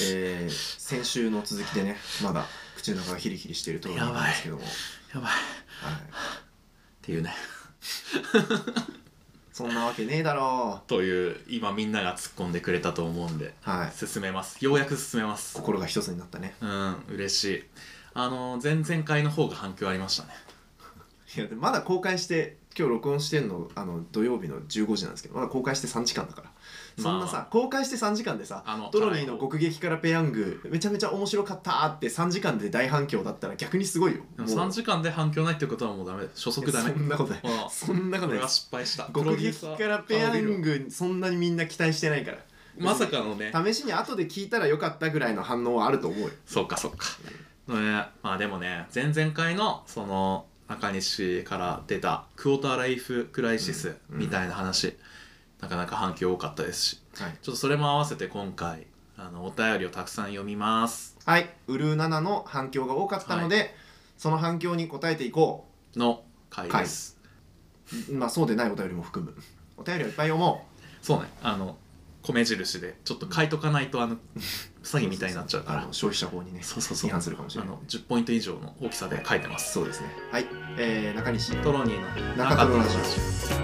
先週の続きでね、まだ口の中がヒリヒリしているところなんですけども、 やばい、っていうねそんなわけねえだろうという今みんなが突っ込んでくれたと思うんで、進めます。ようやく進めます。 心が一つになったね。 嬉しい。前々回の方が反響ありましたね。 いやまだ公開して今日録音してんの土曜日の15時なんですけど、まだ公開して3時間だから、そんなさ、公開して3時間でさ、トロニーの極激辛ペヤングめちゃめちゃ面白かったって3時間で大反響だったら逆にすごいよ。 でも3時間で反響ないってことはもうダメだ、初速ダメ。 そんなことない、そんなことない。 俺は失敗した。 極激辛ペヤングそんなにみんな期待してないから、 まさかのね、 試しに後で聞いたらよかったぐらいの反応はあると思うよ。 そうかそうか、まあでもね、前々回のその中西から出たクォーターライフクライシスみたいな話、なかなか反響多かったですし、ちょっとそれも合わせて今回お便りをたくさん読みます。 はい、ウルー7の反響が多かったので、その反響に答えていこうの回です。 まあそうでないお便りも含む。お便りをいっぱい読もう。そうね、米印でちょっと書いとかないと詐欺みたいになっちゃうから、 消費者法にね違反するかもしれない。 10ポイント以上の大きさで書いてます。 そうですね。はい、中西トロニーの中トロラジオ。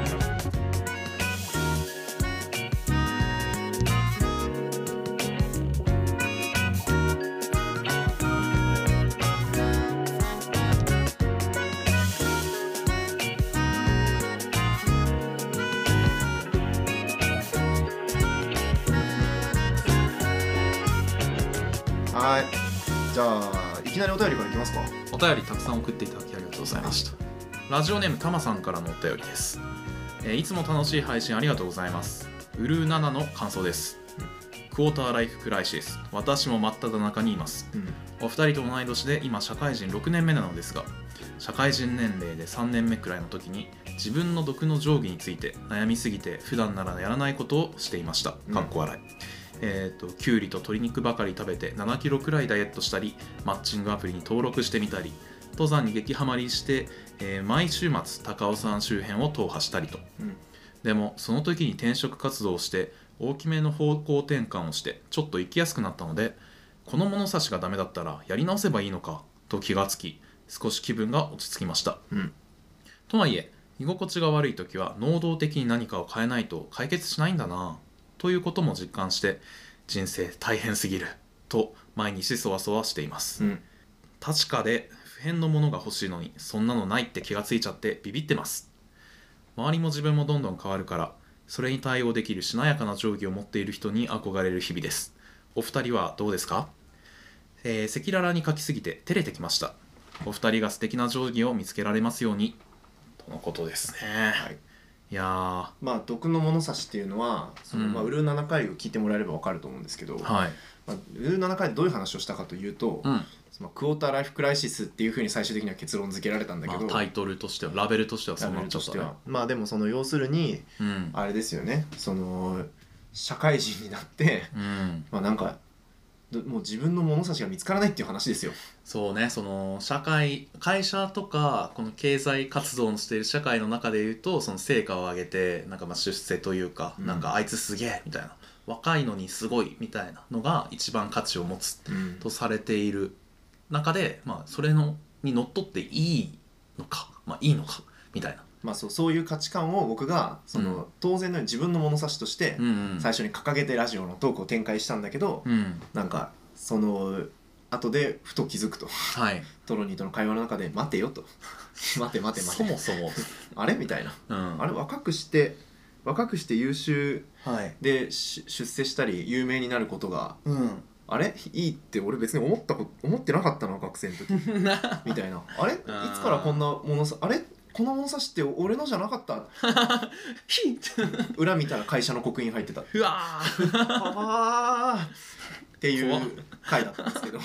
はい、じゃあいきなりお便りからいきますか。 お便りたくさん送っていただきありがとうございました。ラジオネームたまさんからのお便りです。いつも楽しい配信ありがとうございます。ウルー7の感想です。クォーターライフクライシス、私も真っ只中にいます。お二人と同い年で今社会人6年目なのですが、社会人年齢で3年目くらいの時に自分の毒の定規について悩みすぎて普段ならやらないことをしていました。かっこ笑い。きゅうりと鶏肉ばかり食べて7キロくらいダイエットしたり、マッチングアプリに登録してみたり、登山に激ハマりして、毎週末高尾山周辺を踏破したりと、でもその時に転職活動をして大きめの方向転換をしてちょっと生きやすくなったので、この物差しがダメだったらやり直せばいいのかと気がつき、少し気分が落ち着きました。とはいえ居心地が悪い時は能動的に何かを変えないと解決しないんだなということも実感して、人生大変すぎると毎日そわそわしています。確かで不変のものが欲しいのにそんなのないって気がついちゃってビビってます。周りも自分もどんどん変わるから、それに対応できるしなやかな定規を持っている人に憧れる日々です。お二人はどうですか？赤裸々に書きすぎて照れてきました。お二人が素敵な定規を見つけられますようにとのことですね。いやまあ毒の物差しっていうのはウルー7回を聞いてもらえれば分かると思うんですけど、ウルー7回でどういう話をしたかというと、そのクォーターライフクライシスっていうふうに最終的には結論付けられたんだけど、 タイトルとしてはラベルとしてはそうなっちゃったね。 まあでもその要するに、あれですよね、その社会人になって、まあなんかもう自分の物差しが見つからないっていう話ですよ。 そうね、その会社とかこの経済活動をしている社会の中でいうと、その成果を上げてなんかまあ出世というか、なんかあいつすげえみたいな、若いのにすごいみたいなのが一番価値を持つとされている中で、まあそれにのっとっていいのか、まあいいのかみたいな。 まあ、そういう価値観を僕が当然のように自分の物差しとして最初に掲げてラジオのトークを展開したんだけど、なんかその後でふと気づくと、トロニーとの会話の中で待てよと待てそもそもあれみたいな、あれ若くして優秀で出世したり有名になることが、あれいいって俺別に思ってなかったな学生の時みたいな、あれいつからこんな物差あれこの物差しって俺のじゃなかった裏見たら会社の刻印入ってた。 うわーっていう回だったんですけど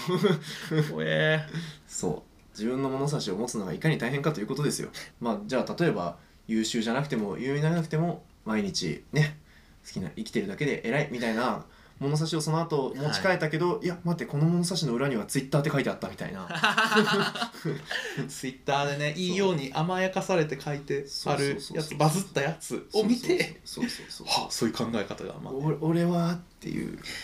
そう自分の物差しを持つのがいかに大変かということですよ。まあじゃあ例えば優秀じゃなくても有名にならなくても毎日ね好きな生きてるだけで偉いみたいな物差しをその後持ち替えたけど、いや待ってこの物差しの裏にはツイッターって書いてあったみたいなツイッターでね、いいように甘やかされて書いてあるやつ、バズったやつを見て、そういう考え方が、 俺はっていう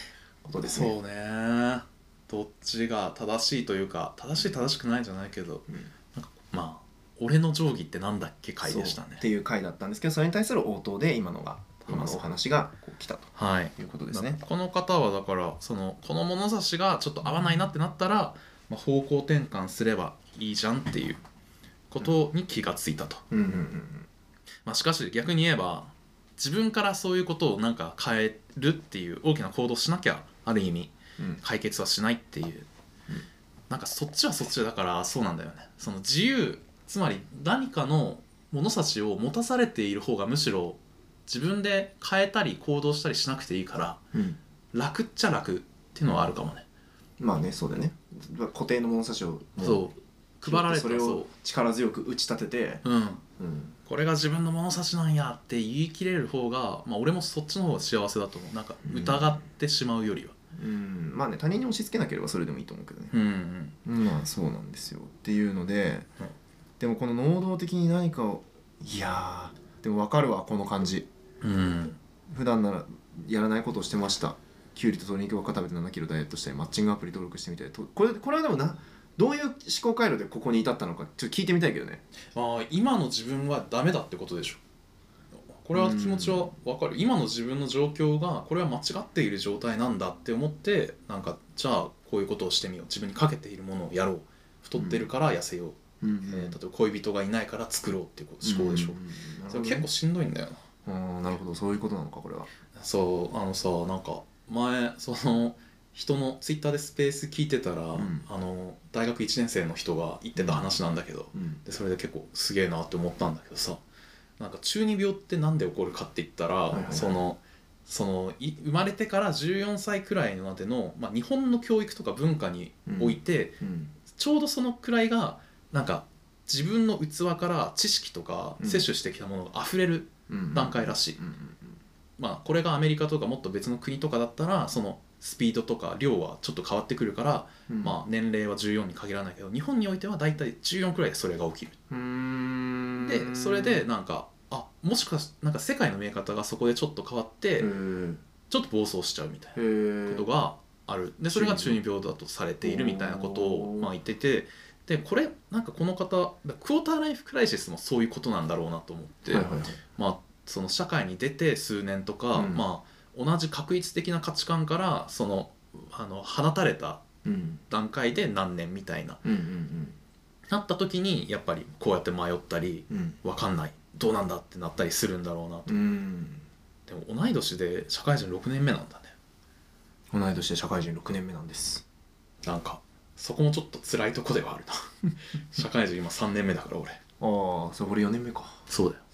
ことですね。 そうね、どっちが正しいというか、正しい正しくないじゃないけど、なんかまあ俺の定義ってなんだっけ回でしたねっていう回だったんですけど、それに対する応答で今のお話がこう来たということですね。 この方はだからこの物差しがちょっと合わないなってなったら、方向転換すればいいじゃんっていうことに気がついたと。しかし逆に言えば自分からそういうことをなんか変えるっていう大きな行動をしなきゃある意味解決はしないっていう、なんかそっちはそっちだから、そうなんだよね。その自由、つまり何かの物差しを持たされている方がむしろ自分で変えたり行動したりしなくていいから、楽っちゃ楽っていうのはあるかもね。 まあね、そうだよね。固定の物差しをそう配られた、 それを力強く打ち立てて、 これが自分の物差しなんやって言い切れる方が、俺もそっちの方が幸せだと思う。なんか疑ってしまうよりは、 まあね、他人に押し付けなければそれでもいいと思うけどね。まあそうなんですよっていうので、でもこの能動的に何かを、いやーでも分かるわこの感じ。普段ならやらないことをしてました。キュウリと鶏肉ばっか食べて7キロダイエットしたり、マッチングアプリ登録してみたい。これはでもどういう思考回路でここに至ったのかちょっと聞いてみたいけどね。 今の自分はダメだってことでしょ。これは気持ちは分かる。今の自分の状況がこれは間違っている状態なんだって思って、なんかじゃあこういうことをしてみよう、自分にかけているものをやろう、太ってるから痩せよう、例えば恋人がいないから作ろうっていう思考でしょ。それ結構しんどいんだよな。なるほど、そういうことなのかこれは。 そうさ、なんか前人のツイッターでスペース聞いてたら、大学1年生の人が言ってた話なんだけど、でそれで結構すげえなって思ったんだけどさ、なんか中二病ってなんで起こるかって言ったら、生まれてから14歳くらいまでの、日本の教育とか文化において、ちょうどそのくらいがなんか自分の器から知識とか摂取してきたものが溢れる段階らしい。これがアメリカとかもっと別の国とかだったらそのスピードとか量はちょっと変わってくるから、年齢は14に限らないけど、日本においてはだいたい14くらいでそれが起きる。でそれでなんかもしかなんか世界の見え方がそこでちょっと変わってちょっと暴走しちゃうみたいなことがある。でそれが中二病だとされているみたいなことを言ってて、でこれなんかこの方クォーターライフクライシスもそういうことなんだろうなと思って、その社会に出て数年とか、同じ画一的な価値観から放たれた段階で何年みたいな、なった時にやっぱりこうやって迷ったり、分かんないどうなんだってなったりするんだろうなと。でも同い年で社会人6年目なんだね。 同い年で社会人6年目なんです。 なんかそこもちょっと辛いとこではあるな社会人今3年目だから俺。 それ俺4年目か。 そうだよ。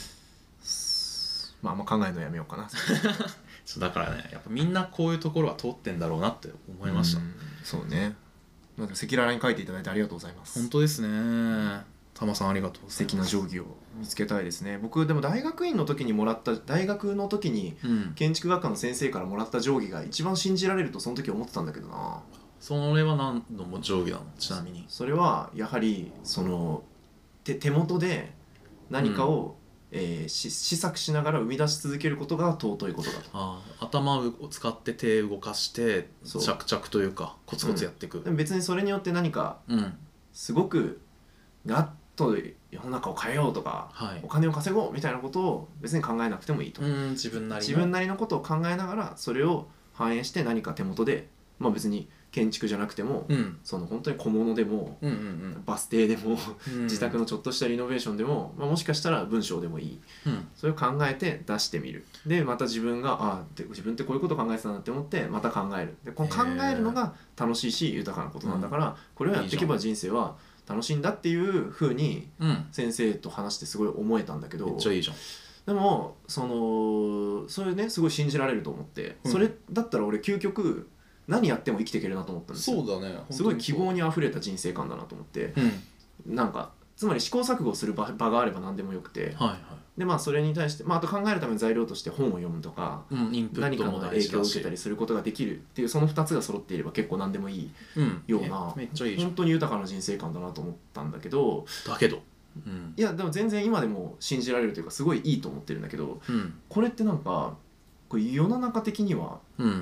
あんま考えるのやめようかなだからね、やっぱみんなこういうところは通ってんだろうなって思いました。 そうね。なんか赤裸々に書いていただいてありがとうございます。 本当ですね。タマさんありがとうございます。 素敵な定規を見つけたいですね。僕でも大学の時に建築学科の先生からもらった定規が一番信じられるとその時思ってたんだけどな。 それは何の定規なの？ちなみに。 それはやはり手元で何かを、試作しながら生み出し続けることが尊いことだと。 頭を使って手を動かして着々というかコツコツやっていく。 でも別にそれによって何かすごくガッと世の中を変えようとか、お金を稼ごうみたいなことを別に考えなくてもいいと。 自分なりのことを考えながらそれを反映して何か手元で、別に建築じゃなくても、本当に小物でも、バス停でも、自宅のちょっとしたリノベーションでも、もしかしたら文章でもいい、それを考えて出してみる。でまた自分が自分ってこういうこと考えてたなって思ってまた考える。でこの考えるのが楽しいし豊かなことなんだから、これをやっていけば人生は楽しいんだっていう風に先生と話してすごい思えたんだけど、 めっちゃいいじゃん。 でもそれねすごい信じられると思って、それだったら俺究極何やっても生きていけるなと思ったんですよ。 そうだね。 すごい希望にあふれた人生観だなと思って、なんかつまり試行錯誤する場があれば何でもよくて、でそれに対して、あと考えるための材料として本を読むとか、何かの影響を受けたりすることができるっていうその2つが揃っていれば結構何でもいいような、 めっちゃいいじゃん。 本当に豊かな人生観だなと思ったんだけど、いやでも全然今でも信じられるというかすごいいいと思ってるんだけど、これってなんか世の中的には、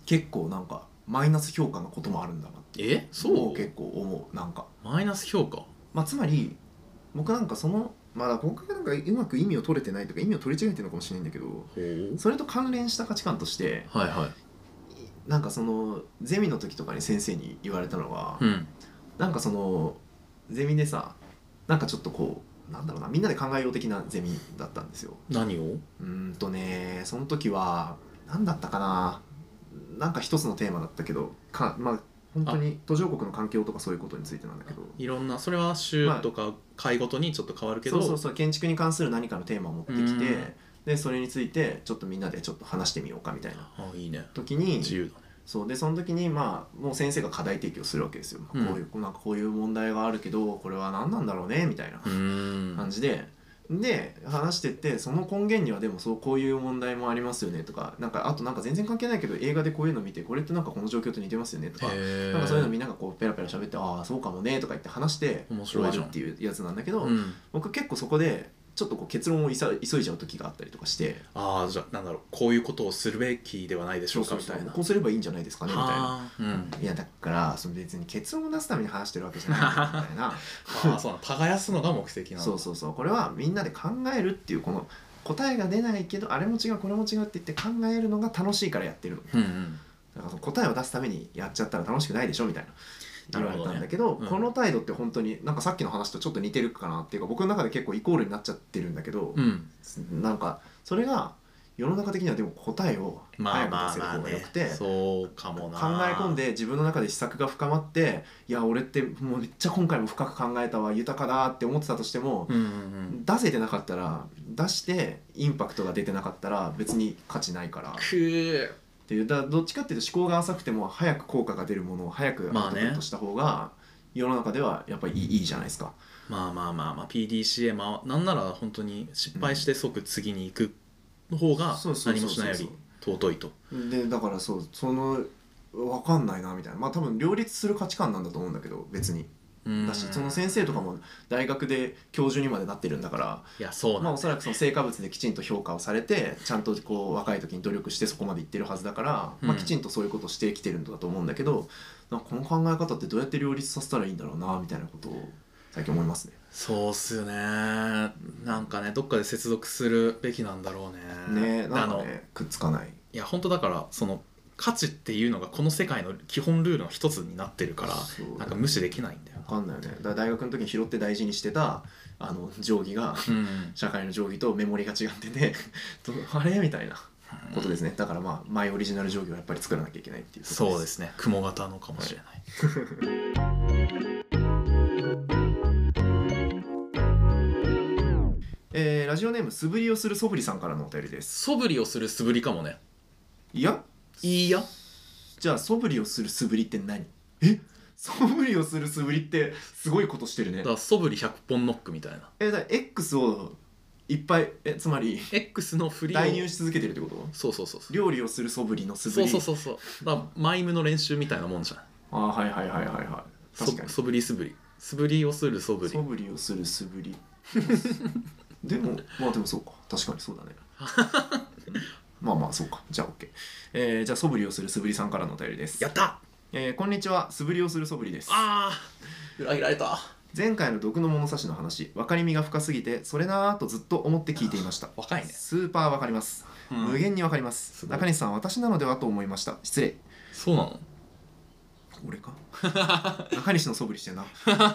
結構なんかマイナス評価のこともあるんだなってそう結構思う。なんかマイナス評価、 つまり僕なんか僕がなんかうまく意味を取れてないとか意味を取り違えてるのかもしれないんだけど、それと関連した価値観として、なんかゼミの時とかに先生に言われたのが、なんかゼミでさ、なんかちょっとこうなんだろうな、みんなで考えよう的なゼミだったんですよ。 何を？ その時は何だったかな、なんか一つのテーマだったけど本当に途上国の環境とかそういうことについてなんだけど、 いろんな、それは州とか会ごとにちょっと変わるけど、 そう建築に関する何かのテーマを持ってきて、でそれについてちょっとみんなでちょっと話してみようかみたいな時に、 自由だね。 その時にもう先生が課題提起をするわけですよ。こういう問題があるけどこれは何なんだろうねみたいな感じで話してって、その根源にはでもこういう問題もありますよねとか、あと全然関係ないけど映画でこういうの見てこれってなんかこの状況と似てますよねとか、なんかそういうのみんながこうペラペラ喋って、ああそうかもねとか言って話して終わるっていうやつなんだけど、僕結構そこでちょっと結論を急いじゃう時があったりとかして、 じゃあなんだろう、こういうことをするべきではないでしょうかみたいな、 こうすればいいんじゃないですかねみたいな、いやだから別に結論を出すために話してるわけじゃないみたいなそうな、耕すのが目的なの。 これはみんなで考えるっていう、この答えが出ないけどあれも違うこれも違うって言って考えるのが楽しいからやってるの、だから答えを出すためにやっちゃったら楽しくないでしょみたいな言われたんだけど、この態度って本当になんかさっきの話とちょっと似てるかなっていうか、僕の中で結構イコールになっちゃってるんだけど、なんかそれが世の中的にはでも答えを早く出せる方がよくて、 そうかもな、 考え込んで自分の中で思索が深まって、いや俺ってもうめっちゃ今回も深く考えたわ豊かだって思ってたとしても、出せてなかったら、出してインパクトが出てなかったら別に価値ないからっていう、どっちかっていうと思考が浅くても早く効果が出るものを早くアウトプットした方が世の中ではやっぱりいいじゃないですか。 PDCA、なんなら本当に失敗して即次に行くの方が何もしないより尊いと。 でだから分かんないなみたいな、多分両立する価値観なんだと思うんだけど、別にだし、その先生とかも大学で教授にまでなってるんだから、 いやそうなん、 おそらくその成果物できちんと評価をされて、ちゃんとこう若い時に努力してそこまでいってるはずだから、きちんとそういうことをしてきてるんだと思うんだけど、この考え方ってどうやって両立させたらいいんだろうなみたいなことを最近思いますね。 そうっすよね。なんかね、どっかで接続するべきなんだろうね。 なんかね、くっつかない。 いや本当だから、その価値っていうのがこの世界の基本ルールの一つになってるから、なんか無視できないんだよ。 分かんないよね。だから大学の時に拾って大事にしてた定規が、社会の定規とメモリが違っててあれみたいなことですね。だからマイオリジナル定規をやっぱり作らなきゃいけないっていう。 そうですね、雲型のかもしれない、 ラジオネーム素振りをする素振りさんからのお便りです。 素振りをする素振りかもね。 いやじゃあ素振りをする素振りって何？素振りをする素振りってすごいことしてるね。 だから素振り100本ノックみたいな。 だから X をいっぱいつまり X の振りを代入し続けてるってこと？ そう料理をする素振りの素振り。 そうだからマイムの練習みたいなもんじゃん。 はい確かに素振り素振りをする素振り。 素振りをする素振りでもでもそうか、確かにそうだねそうか、じゃあ OK。じゃあ素振りをする素振りさんからのお便りです。 やった、 こんにちは、素振りをする素振りです。 裏切られた。 前回の毒の物差しの話、分かりみが深すぎてそれなーとずっと思って聞いていました。 若いね。 スーパー分かります、無限に分かります。中西さん、私なのではと思いました。失礼。 そうなの？ 俺か中西の素振りしてんな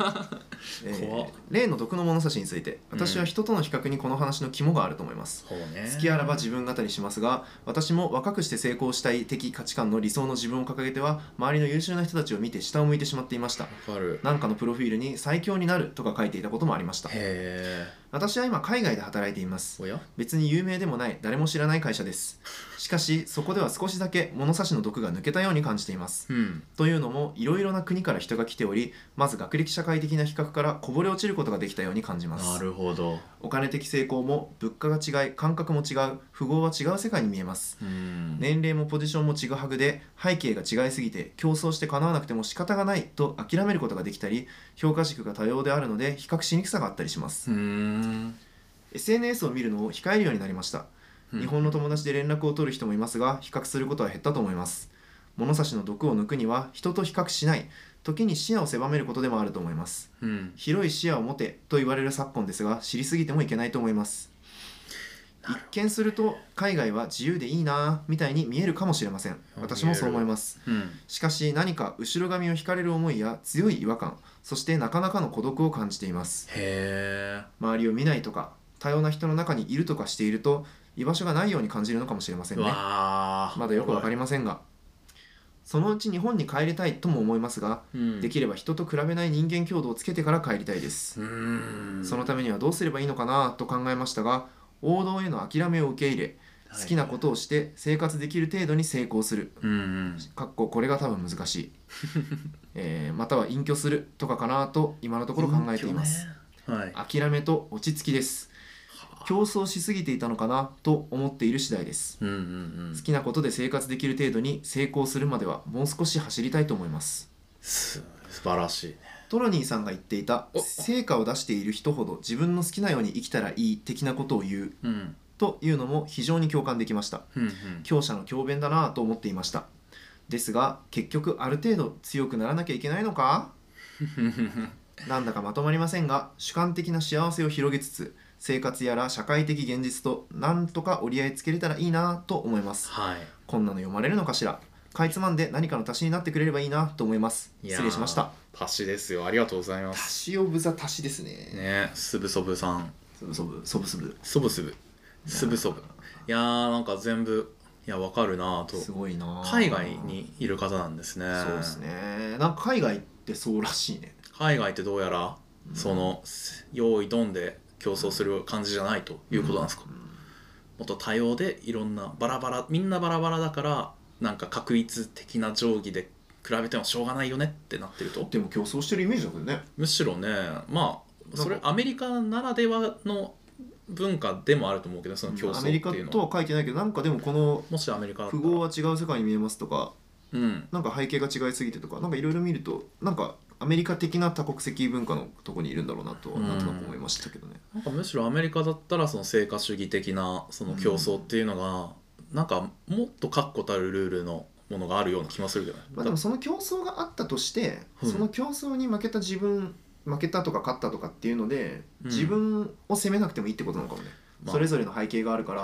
例の毒の物差しについて、私は人との比較にこの話の肝があると思います。好きあらば自分語りしますが、私も若くして成功したい的価値観の理想の自分を掲げては、周りの優秀な人たちを見て下を向いてしまっていました。なんかのプロフィールに最強になるとか書いていたこともありました。私は今海外で働いています。別に有名でもない誰も知らない会社です。しかしそこでは少しだけ物差しの毒が抜けたように感じています、というのもいろいろな国から人が来ており、まず学歴社会的な比較からこぼれ落ちることができたように感じます。 なるほど。 お金的成功も物価が違い、感覚も違う、富豪は違う世界に見えます。年齢もポジションもちぐはぐで、背景が違いすぎて競争して叶わなくても仕方がないと諦めることができたり、評価軸が多様であるので比較しにくさがあったりします。SNS を見るのを控えるようになりました。日本の友達で連絡を取る人もいますが、比較することは減ったと思います。 物差しの毒を抜くには人と比較しない、時に視野を狭めることでもあると思います。広い視野を持てと言われる昨今ですが、知りすぎてもいけないと思います。一見すると海外は自由でいいなみたいに見えるかもしれません。私もそう思います。しかし何か後ろ髪を引かれる思いや強い違和感、そしてなかなかの孤独を感じています。周りを見ないとか多様な人の中にいるとかしていると居場所がないように感じるのかもしれませんね。まだよくわかりませんが、そのうち日本に帰りたいとも思いますが、できれば人と比べない人間強度をつけてから帰りたいです。そのためにはどうすればいいのかなと考えましたが、王道への諦めを受け入れ、好きなことをして生活できる程度に成功する、これが多分難しい、または隠居するとかかなと今のところ考えています。諦めと落ち着きです。競争しすぎていたのかなと思っている次第です。好きなことで生活できる程度に成功するまではもう少し走りたいと思います。 素晴らしいね。 トロニーさんが言っていた成果を出している人ほど自分の好きなように生きたらいい的なことを言う、というのも非常に共感できました。強者の強弁だなと思っていました。ですが結局ある程度強くならなきゃいけないのかなんだかまとまりませんが、主観的な幸せを広げつつ生活やら社会的現実となんとか折り合いつけれたらいいなと思います。こんなの読まれるのかしら。かいつまんで何かの足しになってくれればいいなと思います。失礼しました。 足しですよ。ありがとうございます。 足しオブザ足しですね。 すぶそぶさん。 そぶそぶそぶすぶそぶすぶすぶそぶ。いやーなんか全部わかるなと。 すごいな。 海外にいる方なんですね。 そうですね。なんか海外ってそうらしいね。 海外ってどうやら、その用意ドンで競争する感じじゃないということなんですか。もっと多様でいろんなバラバラ、みんなバラバラだからなんか確率的な定規で比べてもしょうがないよねってなってると。 でも競争してるイメージだけどね。 むしろね、まあそれアメリカならではの文化でもあると思うけど、その競争っていうのは。 アメリカとは書いてないけど、なんかでもこのもしアメリカ符号は違う世界に見えますとか、なんか背景が違いすぎてとか、なんかいろいろ見るとなんかアメリカ的な多国籍文化のとこにいるんだろうなとなんとなく思いましたけどね。 なんかむしろアメリカだったらその成果主義的なその競争っていうのが、なんかもっと確固たるルールのものがあるような気もするけどね。 でもその競争があったとして、その競争に負けた自分、負けたとか勝ったとかっていうので、自分を責めなくてもいいってことなのかもね。それぞれの背景があるから、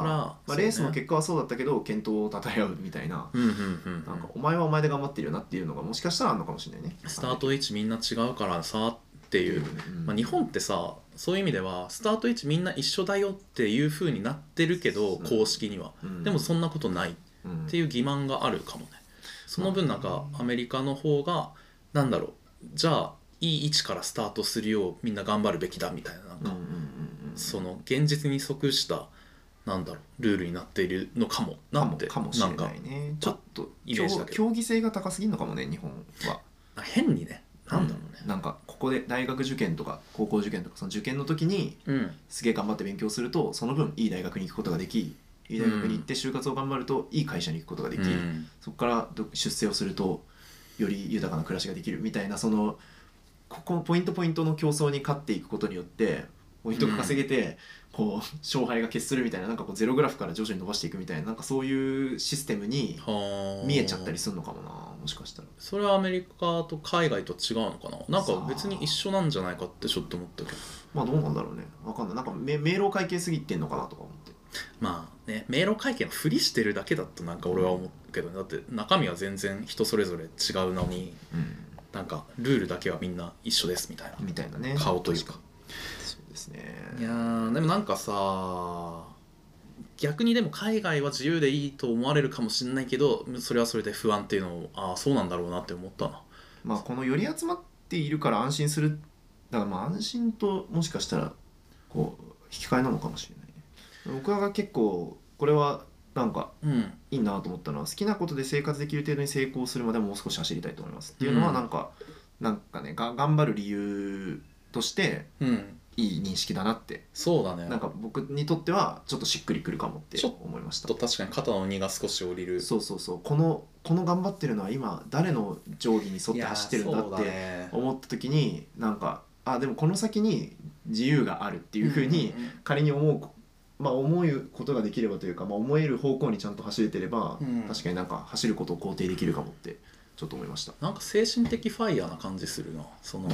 レースの結果はそうだったけど健闘を称え合うみたいな、なんかお前はお前で頑張ってるよなっていうのがもしかしたらあるのかもしれないね。 スタート位置みんな違うからさっていう、日本ってさそういう意味ではスタート位置みんな一緒だよっていう風になってるけど、公式には、でもそんなことないっていう欺瞞があるかもね。その分なんかアメリカの方がなんだろう、じゃあいい位置からスタートするようみんな頑張るべきだみたいな、なんかその現実に即したなんだろうルールになっているのかもなって、 かもしれないね。ちょっとイメージだけど競技性が高すぎるのかもね、日本は。 変にね、なんだろうね、 なんかここで大学受験とか高校受験とかその受験の時にすげえ頑張って勉強するとその分いい大学に行くことができ、いい大学に行って就活を頑張るといい会社に行くことができ、そこから出世をするとより豊かな暮らしができるみたいな、そのここポイントの競争に勝っていくことによってポイントが稼げて、こう勝敗が決するみたいな、なんかこうゼログラフから徐々に伸ばしていくみたいな、なんかそういうシステムに見えちゃったりするのかもな、もしかしたら。 それはアメリカと海外と違うのかな、なんか別に一緒なんじゃないかってちょっと思ったけど。 まあどうなんだろうね、分かんない。なんか明朗会計すぎてんのかなとか思って。 まあね、明朗会計のふりしてるだけだとなんか俺は思うけど、だって中身は全然人それぞれ違うのに、なんかルールだけはみんな一緒ですみたいなね、 顔というか。 そうですね。 いやでもなんかさ、逆にでも海外は自由でいいと思われるかもしれないけど、それはそれで不安っていうのを、ああそうなんだろうなって思ったな。 まあこの寄り集まっているから安心する、だからまあ安心ともしかしたらこう引き換えなのかもしれないね。僕は結構これはなんかいいなと思ったのは、好きなことで生活できる程度に成功するまでもう少し走りたいと思いますっていうのは、なんかね頑張る理由としていい認識だなって。 そうだね。 なんか僕にとってはちょっとしっくりくるかもって思いました。 ちょっと確かに肩の荷が少し下りる。 そうこの頑張ってるのは今誰の定規に沿って走ってるんだって思った時に、なんかでもこの先に自由があるっていう風に仮に思うまあ、思うことができればというか、まあ、思える方向にちゃんと走れてれば、確かになんか走ることを肯定できるかもってちょっと思いました。 なんか精神的ファイヤーな感じするな、その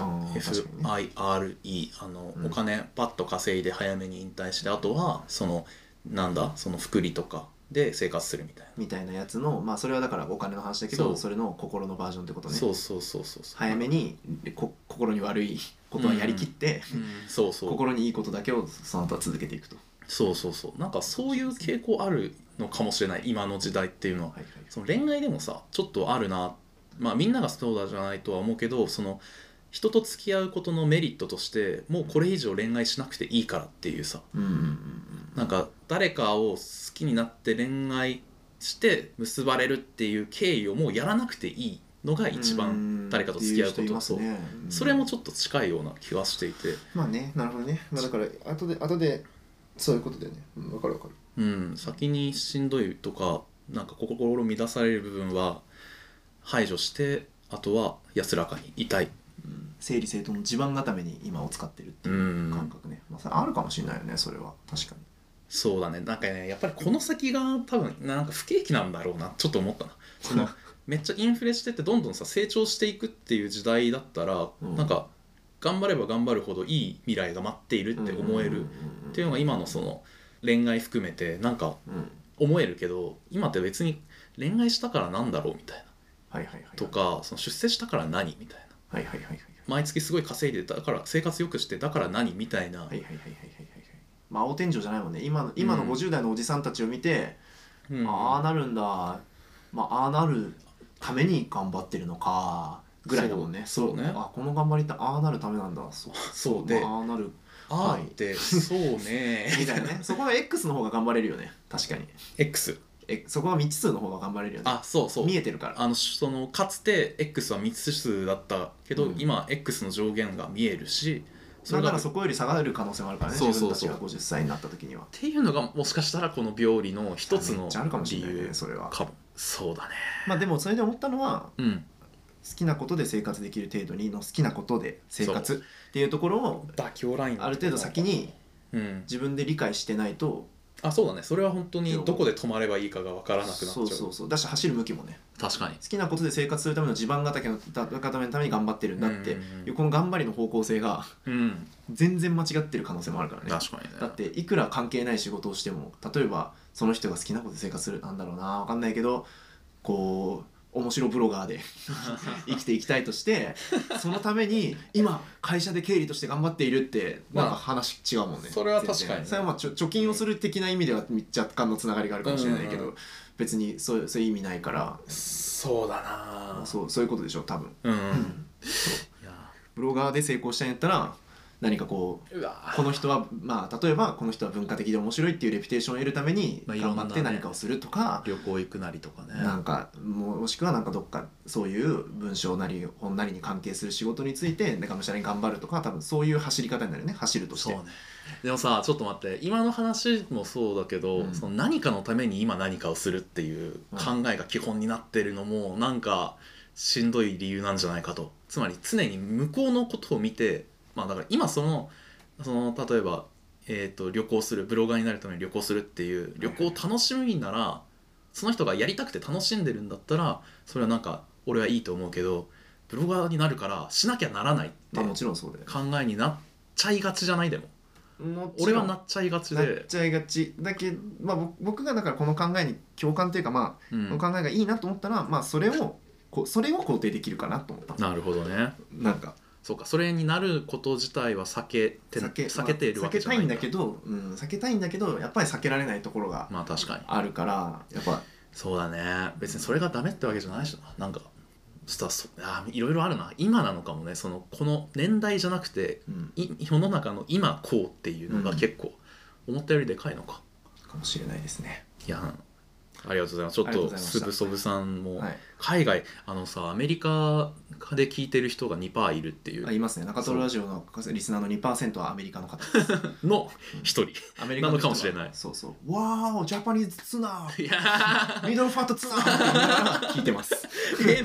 FIRE、お金パッと稼いで早めに引退して、あとはそのなんだその福利とかで生活するみたいなやつの、まあそれはだからお金の話だけど、それの心のバージョンってことね。 そう早めに心に悪いことはやりきって、心にいいことだけをその後は続けていくと。 なんかそういう傾向あるのかもしれない、今の時代っていうのは。その恋愛でもさちょっとあるな、まあみんながそうだじゃないとは思うけど、その人と付き合うことのメリットとしてもうこれ以上恋愛しなくていいからっていうさ、なんか誰かを好きになって恋愛して結ばれるっていう経緯をもうやらなくていいのが一番誰かと付き合うことと、それもちょっと近いような気はしていて。 まあね、なるほどね。まあ、だから後でそういうことだよね。わかる。 先にしんどいとかなんか心乱される部分は排除して、あとは安らかにいたい、 整理整頓の地盤固めに今を使ってるっていう感覚ね、まあ、それあるかもしれないよね。それは確かにそうだね。なんかね、やっぱりこの先が多分なんか不景気なんだろうなちょっと思ったな。そのめっちゃインフレしてってどんどんさ成長していくっていう時代だったら、なんか頑張れば頑張るほどいい未来が待っているって思えるっていうのが今のその恋愛含めてなんか思えるけど、今って別に恋愛したからなんだろうみたいな、とかその出世したから何みたいな、毎月すごい稼いでたから生活良くしてだから何みたいな、 まあ青天井じゃないもんね。今の50代のおじさんたちを見て、ああなるんだ、まあああなるために頑張ってるのかぐらいだもんね。 そうね。 あ、この頑張りってああなるためなんだ。 そうで、 ああなる、 あーってそうねみたいなね。そこは X の方が頑張れるよね。確かに X、 そこは未知数の方が頑張れるよね。 あ、そう見えてるから。 そのかつて X は未知数だったけど、今 X の上限が見えるし、 だからそこより下がる可能性もあるからね。自分たちが50歳になった時にはっていうのがもしかしたらこの病理の一つの理由それはかも。そうだね。 まあでもそれで思ったのは、好きなことで生活できる程度にの好きなことで生活っていうところを妥協ラインある程度先に自分で理解してないと、 そうだね。それは本当にどこで止まればいいかが分からなくなっちゃう。 そうだし、走る向きもね、 確かに好きなことで生活するための地盤固めのために頑張ってるんだっていうこの頑張りの方向性が全然間違ってる可能性もあるからね。 確かにね。 だっていくら関係ない仕事をしても、例えばその人が好きなことで生活する、なんだろうな、分かんないけど、こう面白ブロガーで生きていきたいとして、そのために今会社で経理として頑張っているってなんか話違うもんね。 それは確かに、ね、 それはまあ貯金をする的な意味では若干のつながりがあるかもしれないけど、別にそういう意味ないから。 そうだな、 そういうことでしょ多分。ブロガーで成功したんやったら、何かこうこの人は、まあ例えばこの人は文化的で面白いっていうレピュテーションを得るために頑張って何かをするとか、 旅行行くなりとかね、 なんかもしくはなんかどっかそういう文章なり本なりに関係する仕事についてがむしゃらに頑張るとか、多分そういう走り方になるよね、走るとして。 そうね。でもさ、ちょっと待って、今の話もそうだけど、その何かのために今何かをするっていう考えが基本になってるのもなんかしんどい理由なんじゃないかと。つまり常に向こうのことを見て、まあだから今その例えば、旅行する、ブロガーになるために旅行するっていう旅行を楽しみなら、その人がやりたくて楽しんでるんだったらそれはなんか俺はいいと思うけど、ブロガーになるからしなきゃならないって考えになっちゃいがちじゃない？でも俺はなっちゃいがちで、 なっちゃいがちだけど、まあ、僕がだからこの考えに共感というか、まあこの考えがいいなと思ったら、まあそれを肯定できるかなと思った。 なるほどね。 なんかそうか、それになること自体は避けているわけじゃないんだ。 避けたいんだけどやっぱり避けられないところがあるから、やっぱそうだね。別にそれがダメってわけじゃないしな。なんかいろいろあるな。今なのかもね。この年代じゃなくて、世の中の今こうっていうのが結構思ったよりでかいのかもしれないですね。 いや、ありがとうございます。ちょっとスブソブさんも海外、アメリカで聞いてる人が 2% いるっていう。 いますね。中トロラジオのリスナーの 2% はアメリカの方ですの一人アメリカのかもしれない。 そうわーおジャパニーズツナーミドルファットツナーって聞いてます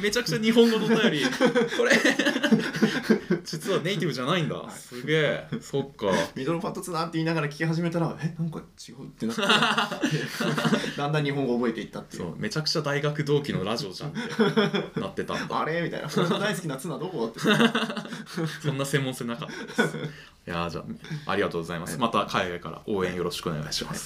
めちゃくちゃ日本語のお便りこれ実はネイティブじゃないんだ。すげえ。そっか。 ミドルパッドツナって言いながら聞き始めたらなんか違うってなってだんだん日本語覚えていったっていう。 そうめちゃくちゃ大学同期のラジオじゃんってなってたんだあれみたいな俺の大好きなツナどこってそんな専門性なかったです。いやじゃあありがとうございます。また海外から応援よろしくお願いします。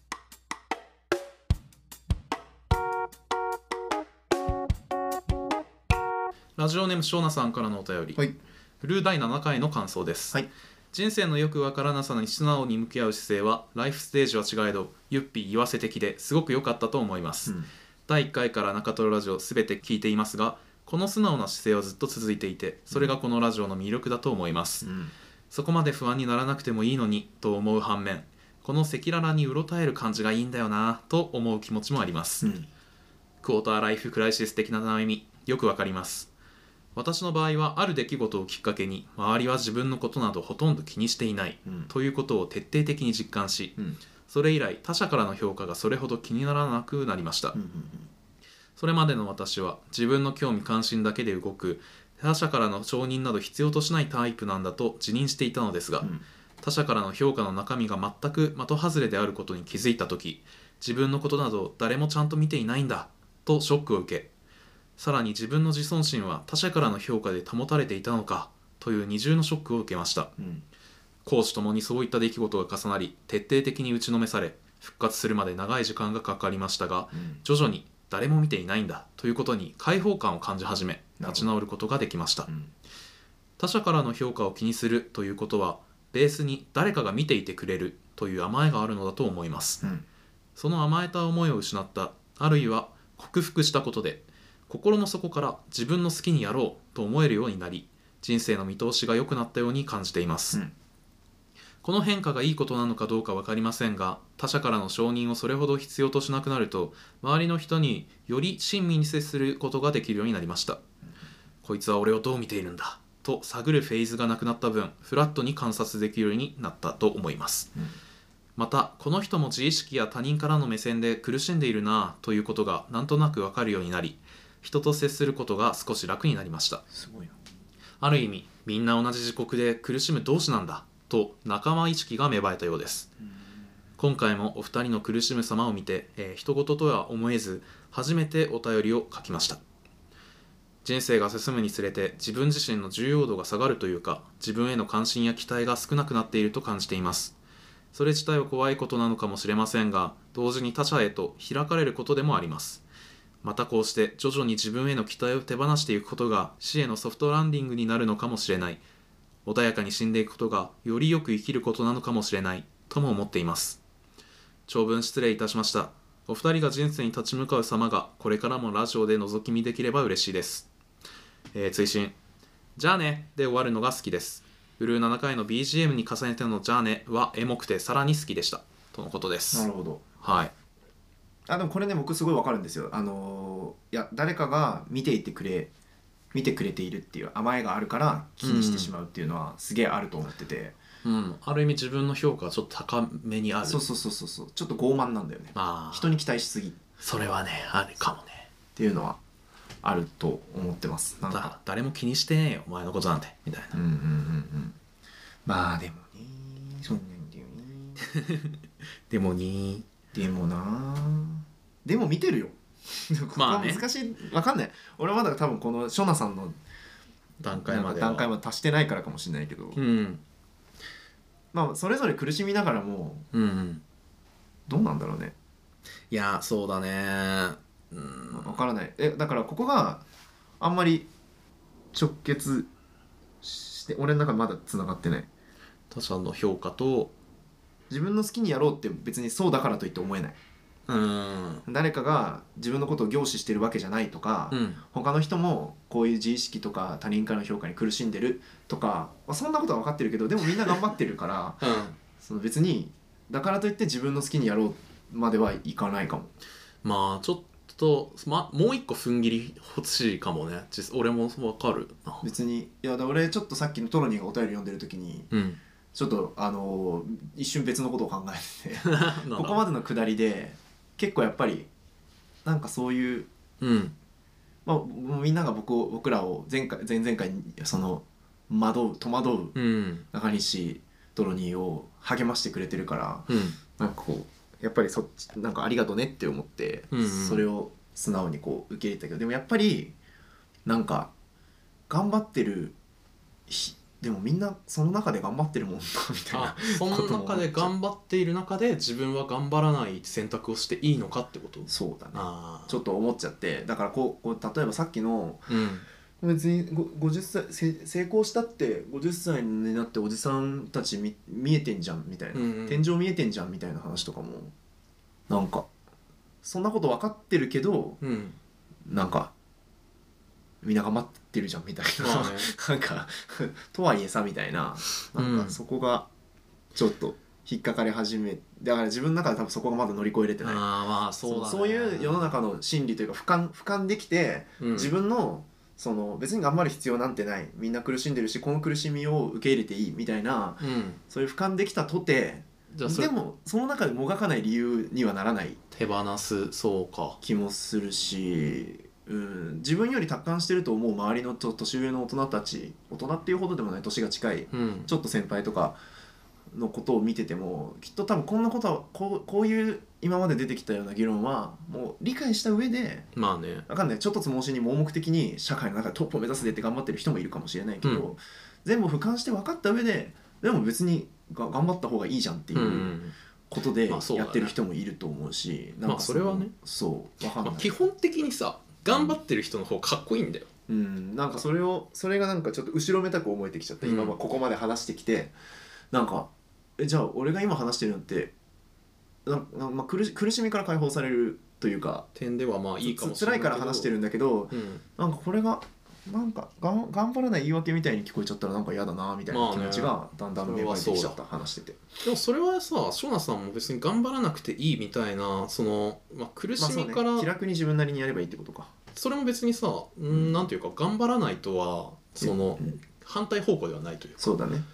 ラジオネームショーナさんからのお便り、 はい、 フル第7回の感想です、 はい、 人生のよくわからなさに素直に向き合う姿勢はライフステージは違えどゆっぴ言わせ的ですごく良かったと思います、第1回から中トロラジオすべて聞いていますが、この素直な姿勢はずっと続いていて、それがこのラジオの魅力だと思います、そこまで不安にならなくてもいいのにと思う反面、この赤裸々にうろたえる感じがいいんだよなと思う気持ちもあります、クォーターライフクライシス的な悩みよくわかります。私の場合はある出来事をきっかけに周りは自分のことなどほとんど気にしていない、ということを徹底的に実感し、それ以来他者からの評価がそれほど気にならなくなりました、それまでの私は自分の興味関心だけで動く他者からの承認など必要としないタイプなんだと自認していたのですが、他者からの評価の中身が全く的外れであることに気づいたとき、自分のことなど誰もちゃんと見ていないんだとショックを受け、さらに自分の自尊心は他者からの評価で保たれていたのかという二重のショックを受けました、公私ともにそういった出来事が重なり徹底的に打ちのめされ、復活するまで長い時間がかかりましたが、徐々に誰も見ていないんだということに解放感を感じ始め、立ち直ることができました、他者からの評価を気にするということはベースに誰かが見ていてくれるという甘えがあるのだと思います、その甘えた思いを失った、あるいは克服したことで心の底から自分の好きにやろうと思えるようになり、人生の見通しが良くなったように感じています、この変化がいいことなのかどうか分かりませんが、他者からの承認をそれほど必要としなくなると周りの人により親身に接することができるようになりました、こいつは俺をどう見ているんだと探るフェーズがなくなった分、フラットに観察できるようになったと思います、またこの人も自意識や他人からの目線で苦しんでいるなということがなんとなく分かるようになり、人と接することが少し楽になりました。 すごいな。 ある意味みんな同じ自国で苦しむ同士なんだと仲間意識が芽生えたようです。今回もお二人の苦しむ様を見て、人事とは思えず初めてお便りを書きました。人生が進むにつれて自分自身の重要度が下がるというか、自分への関心や期待が少なくなっていると感じています。それ自体は怖いことなのかもしれませんが、同時に他者へと開かれることでもあります。またこうして徐々に自分への期待を手放していくことが死へのソフトランディングになるのかもしれない、穏やかに死んでいくことがよりよく生きることなのかもしれないとも思っています。長文失礼いたしました。お二人が人生に立ち向かう様がこれからもラジオで覗き見できれば嬉しいです。追伸、じゃあねで終わるのが好きです。ブルー7回の BGM に重ねてのじゃあねはエモくてさらに好きでしたとのことです。 なるほど。 はい。 でもこれね、僕すごいわかるんですよ。いや誰かが見てくれているっていう甘えがあるから気にしてしまうっていうのはすげえあると思ってて、 ある意味自分の評価はちょっと高めにある。 そうちょっと傲慢なんだよね。人に期待しすぎ、 それはねあるかもねっていうのはあると思ってます。 なんか誰も気にしてねえよお前のことなんてみたいな。 まあでもね、そんなんだよねでもね、 でもな、でも見てるよまあね、難しい、分かんない。俺はまだ多分このショナさんの段階まで達してないからかもしれないけど、まあそれぞれ苦しみながらも、どうなんだろうね。 いやそうだね、 分からない。だからここがあんまり直結して俺の中でまだつながってない。 他者の評価と自分の好きにやろうって別にそうだからといって思えない。誰かが自分のことを凝視してるわけじゃないとか、他の人もこういう自意識とか他人からの評価に苦しんでるとか、そんなことは分かってるけど、でもみんな頑張ってるから、その別にだからといって自分の好きにやろうまではいかないかも。 まあちょっと、もう一個踏ん切り欲しいかもね。俺も分かるな。 別に、いや俺ちょっとさっきのトロニーがお便り読んでる時に、ちょっと一瞬別のことを考えててここまでの下りで結構やっぱりなんかそういう、 まあ、もうみんなが僕らを前々回にその戸惑う中西ドロニーを励ましてくれてるから、なんかこうやっぱりそっちなんかありがとねって思って、それを素直にこう受け入れたけど、でもやっぱりなんか頑張ってるでもみんなその中で頑張ってるもんなみたいな、 その中で頑張っている中で自分は頑張らない選択をしていいのかってこと？ そうだね、ちょっと思っちゃって。だからこう例えばさっきの、別に50歳成功したって50歳になっておじさんたち見えてんじゃんみたいな、天井見えてんじゃんみたいな話とかもなんかそんなこと分かってるけど、なんかみんな頑張ってるじゃんみたいな、なんかとはいえさみたいな、なんかそこがちょっと引っかかり始め、だから自分の中で多分そこがまだ乗り越えれてない。そういう世の中の心理というか俯瞰できて、自分のその別に頑張る必要なんてない、みんな苦しんでるしこの苦しみを受け入れていいみたいな、そういう俯瞰できたとて、でもその中でもがかない理由にはならない、 手放す気もするし、自分より達観してると思う周りの年上の大人たち、大人っていうほどでもない年が近い、ちょっと先輩とかのことを見てても、きっと多分こんなことはこういう今まで出てきたような議論はもう理解した上で、分かんない、ちょっとつ盲信に盲目的に社会の中でトップを目指すでって頑張ってる人もいるかもしれないけど、全部俯瞰して分かった上で、でも別に頑張った方がいいじゃんっていうことでやってる人もいると思うし、なんかそれはね、 そう分かんない、 基本的にさ頑張ってる人の方がかっこいいんだよ。 なんかそれがなんかちょっと後ろめたく思えてきちゃった、今はここまで話してきて、なんかじゃあ俺が今話してるのって苦しみから解放されるというか点ではまあいいかもしれないけど、 辛いから話してるんだけど、なんかこれがなんか頑張らない言い訳みたいに聞こえちゃったらなんか嫌だなみたいな気持ちがだんだん芽生えてきちゃった、話してて。 でもそれはさ、ショナさんも別に頑張らなくていいみたいな、その、苦しみから、 気楽に自分なりにやればいいってことか。 それも別にさ、なんていうか頑張らないとはその、反対方向ではないというか。 そうだね。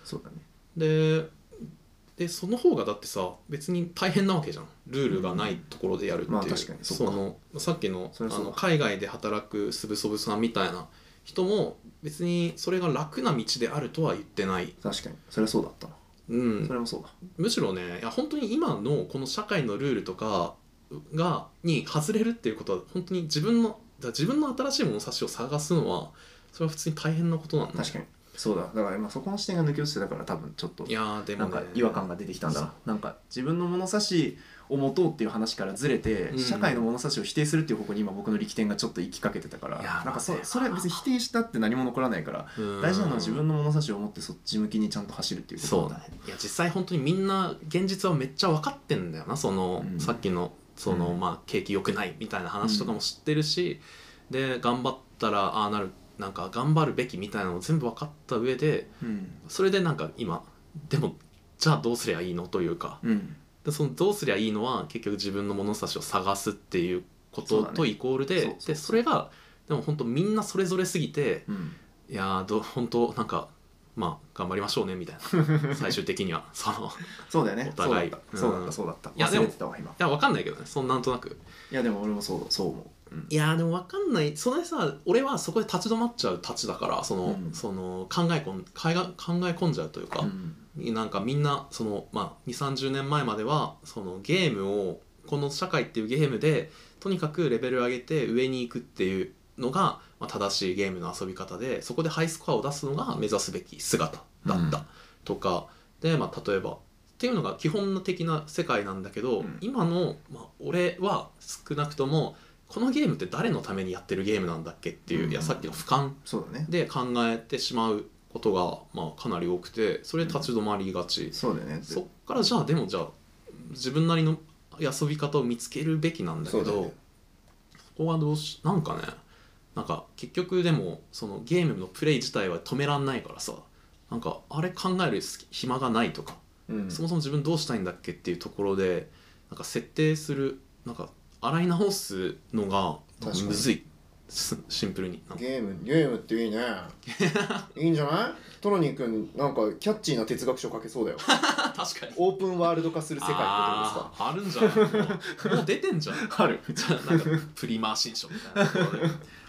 でその方がだってさ別に大変なわけじゃん、ルールがないところでやるっていう、 確かにそのさっきの海外で働くスブソブさんみたいな人も別にそれが楽な道であるとは言ってない。 確かにそれはそうだったな。それもそうだ。 むしろね、いや本当に今のこの社会のルールとかに外れるっていうことは本当に自分の新しい物差しを探すのはそれは普通に大変なことなんだ。 確かにそうだ。だから今そこの視点が抜け落ちてたから多分ちょっとなんか違和感が出てきたんだな。なんか自分の物差しを持とうっていう話からずれて、社会の物差しを否定するっていう方向に今僕の力点がちょっと行きかけてたから、なんかそれ別に否定したって何も残らないから、大事なのは自分の物差しを持ってそっち向きにちゃんと走るっていうことそうだね。いや実際本当にみんな現実はめっちゃ分かってんだよな。その、さっきのその、景気良くないみたいな話とかも知ってるし、で頑張ったらなんか頑張るべきみたいなのを全部分かった上で、それでなんか今でもじゃあどうすりゃいいのというか、でそのどうすりゃいいのは結局自分の物差しを探すっていうこととイコールで、それがでも本当みんなそれぞれすぎて、いや本当なんか頑張りましょうねみたいな最終的にはそうだよね。 お互いそうだった。 いやでも分かんないけどね、なんとなく。 いやでも俺もそう思う。 いやでも分かんない。それさ、俺はそこで立ち止まっちゃうたちだから、その考え込んじゃうというか、なんかみんなその2、30年前まではそのゲームをこの社会っていうゲームでとにかくレベル上げて上に行くっていうのが正しいゲームの遊び方で、そこでハイスコアを出すのが目指すべき姿だったとかで、例えばっていうのが基本的な世界なんだけど、今の、俺は少なくともこのゲームって誰のためにやってるゲームなんだっけっていう、いやさっきの俯瞰で考えてしまうことがかなり多くて、それで立ち止まりがち。 そうだよね。 そっからじゃあ自分なりの遊び方を見つけるべきなんだけど、そこはなんかね、なんか結局でもそのゲームのプレイ自体は止めらんないからさ、なんかあれ考える暇がないとか、そもそも自分どうしたいんだっけっていうところでなんか設定する、なんか洗い直すのがむずい。シンプルにゲームっていいね。いいんじゃない？トロニー君なんかキャッチーな哲学書書けそうだよ。 確かにオープンワールド化する世界ってことですか？ あるんじゃない？もう出てんじゃん。 ある。 なんかプリマー新書みたいなところで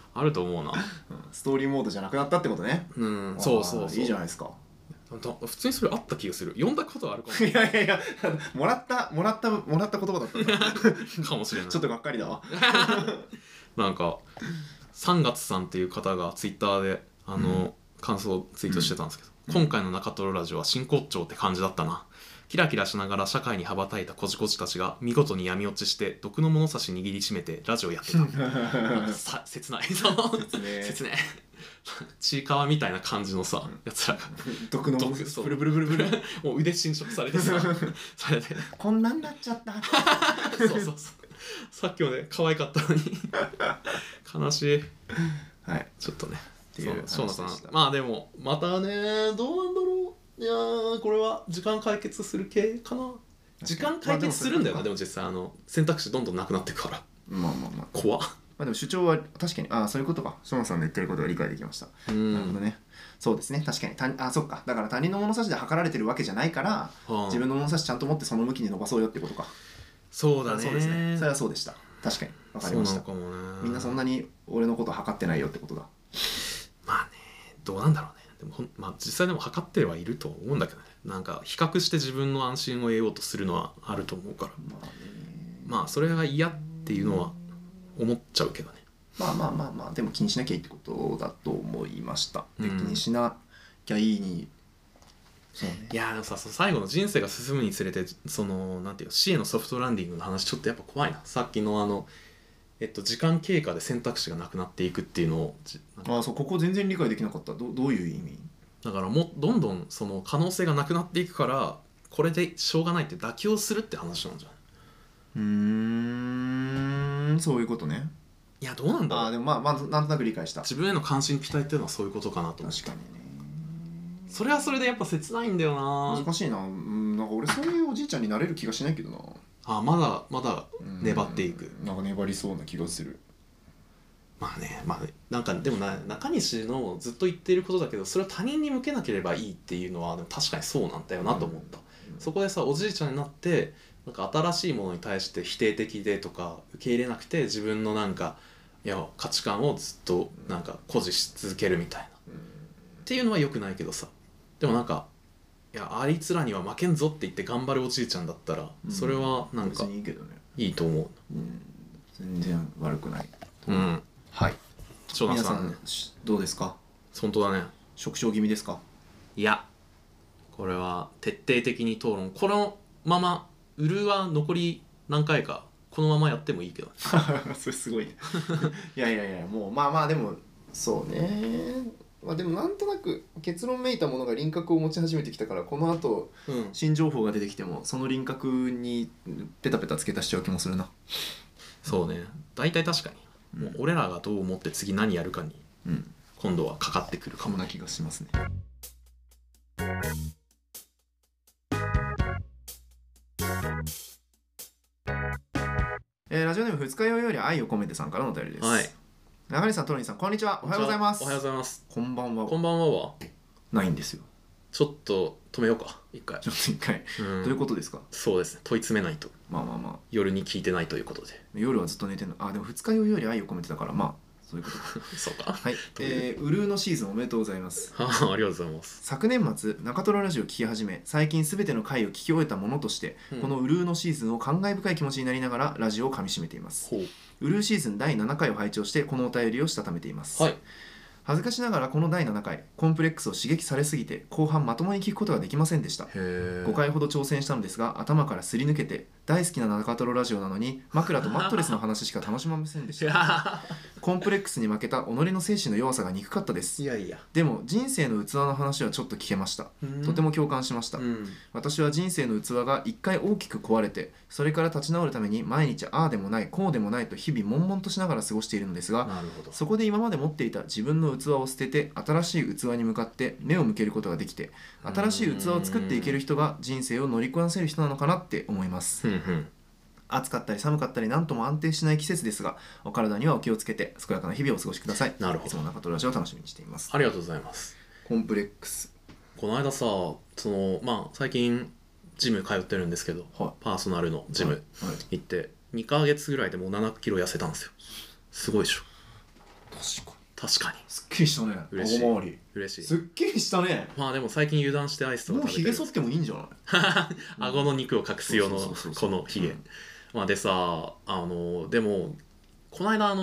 あると思うな。 ストーリーモードじゃなくなったってことね。 そうそうそう。 いいじゃないですか。 普通にそれあった気がする。読んだことはあるかも。 いやいやいや、もらった言葉だったかもしれない。 ちょっとがっかりだわ。 なんか3月さんっていう方がツイッターで感想をツイートしてたんですけど、今回の中トロラジオは真骨頂って感じだったな。キラキラしながら社会に羽ばたいたこじこじたちが見事に闇落ちして毒の物差し握りしめてラジオやってた。切ない。切ね。ちいかわみたいな感じのさ、やつらが毒の物差しブルブルブルブルもう腕侵食されてさそれでこんなんなっちゃった。 そうさっきまで可愛かったのに悲しい。 はい、 ちょっとねっていうそうなさん、まあでもまたね、どうなんだろう。いやこれは時間解決する系かな。時間解決するんだよな。でも実際選択肢どんどんなくなっていくから。 まあ怖っ。 でも主張は確かにそういうことか。ショーンさんの言ってることが理解できました。なるほどね。そうですね、確かにそっか。だから他人の物差しで測られてるわけじゃないから、自分の物差しちゃんと持ってその向きに伸ばそうよってことか。 そうだね。 そうですね。それはそうでした。確かに分かりました。 そうなのかもね。 みんなそんなに俺のこと測ってないよってことだ。 まあね、どうなんだろうね。でも実際でも測ってはいると思うんだけどね。なんか比較して自分の安心を得ようとするのはあると思うから、まあそれが嫌っていうのは思っちゃうけどね。 まあでも気にしなきゃいいってことだと思いました。で、気にしなきゃいいに、 そうね。いやでもさ、最後の人生が進むにつれてなんていう死へのソフトランディングの話ちょっとやっぱ怖いな。さっきの時間経過で選択肢がなくなっていくっていうのをそう、ここ全然理解できなかった。どういう意味？ だからどんどんその可能性がなくなっていくからこれでしょうがないって妥協するって話なんじゃない？そういうことね。 いやどうなんだろう。 でもなんとなく理解した。 自分への関心期待っていうのはそういうことかなと思う。 確かにね。 それはそれでやっぱ切ないんだよな。 難しいな。なんか俺そういうおじいちゃんになれる気がしないけどな。 まだ粘っていく。 なんか粘りそうな気がする。 まあね、なんかでも中西のずっと言っていることだけど、それを他人に向けなければいいっていうのはでも確かにそうなんだよなと思った。そこでさ、おじいちゃんになってなんか新しいものに対して否定的でとか受け入れなくて、自分のなんか価値観をずっとなんか誇示し続けるみたいな、っていうのは良くないけどさ、でもなんかあいつらには負けんぞって言って頑張るおじいちゃんだったら、それはなんかいいと思う。 全然悪くない。はい。 皆さんどうですか？ 本当だね。 食傷気味ですか？ いや、これは徹底的に討論。このままウルは残り何回かこのままやってもいいけどそれすごいね。いやもうでもそうね。でもなんとなく結論めいたものが輪郭を持ち始めてきたから、この後、新情報が出てきてもその輪郭にペタペタ付け足しちゃう気もするな。 そうね。大体確かに、もう俺らがどう思って次何やるかに、今度はかかってくるかもな気がしますね。ラジオネーム二日酔いより愛を込めてさんからのお便りです。はい。中西さん、トロニーさん、こんにちは。おはようございます。 おはようございます。 こんばんは。 こんばんははないんですよ。 ちょっと止めようか、一回。 ちょっと一回。どういうことですか？ そうですね。問い詰めないと。夜に聞いてないということで。 夜はずっと寝てるの。でも二日酔いより愛を込めてたから、そういうことか。 そうか。 はい。ウルーのシーズンおめでとうございます。 ありがとうございます。 昨年末、中トロラジオを聞き始め、最近すべての回を聞き終えたものとして、このウルーのシーズンを感慨深い気持ちになりながらラジオをかみしめています。ウルーシーズン第7回を拝聴して、このお便りをしたためています。はい。恥ずかしながらこの第7回コンプレックスを刺激されすぎて後半まともに聞くことができませんでした。5回ほど挑戦したのですが頭からすり抜けて、大好きな中トロラジオなのに枕とマットレスの話しか楽しめませんでしたコンプレックスに負けた己の精神の弱さが憎かったです。でも人生の器の話はちょっと聞けました。とても共感しました。私は人生の器が一回大きく壊れて、それから立ち直るために毎日ああでもないこうでもないと日々悶々としながら過ごしているのですが、そこで今まで持っていた自分の器を捨てて新しい器に向かって目を向けることができて、新しい器を作っていける人が人生を乗りこなせる人なのかなって思います。暑かったり寒かったり何とも安定しない季節ですが、お体にはお気をつけて健やかな日々をお過ごしください。なるほど。いつも中トロラジオを楽しみにしています。 ありがとうございます。 コンプレックス、 この間さ、最近ジム通ってるんですけど、パーソナルのジム行って2ヶ月ぐらいでもう7キロ痩せたんですよ。すごいでしょ。 確かにすっきりしたね。 嬉しい。 顎周り嬉しい。 すっきりしたね。 まあでも最近油断してアイスとかもうひげ剃ってもいいんじゃない？ 顎の肉を隠す用のこのひげ。まあでさ、でもこの間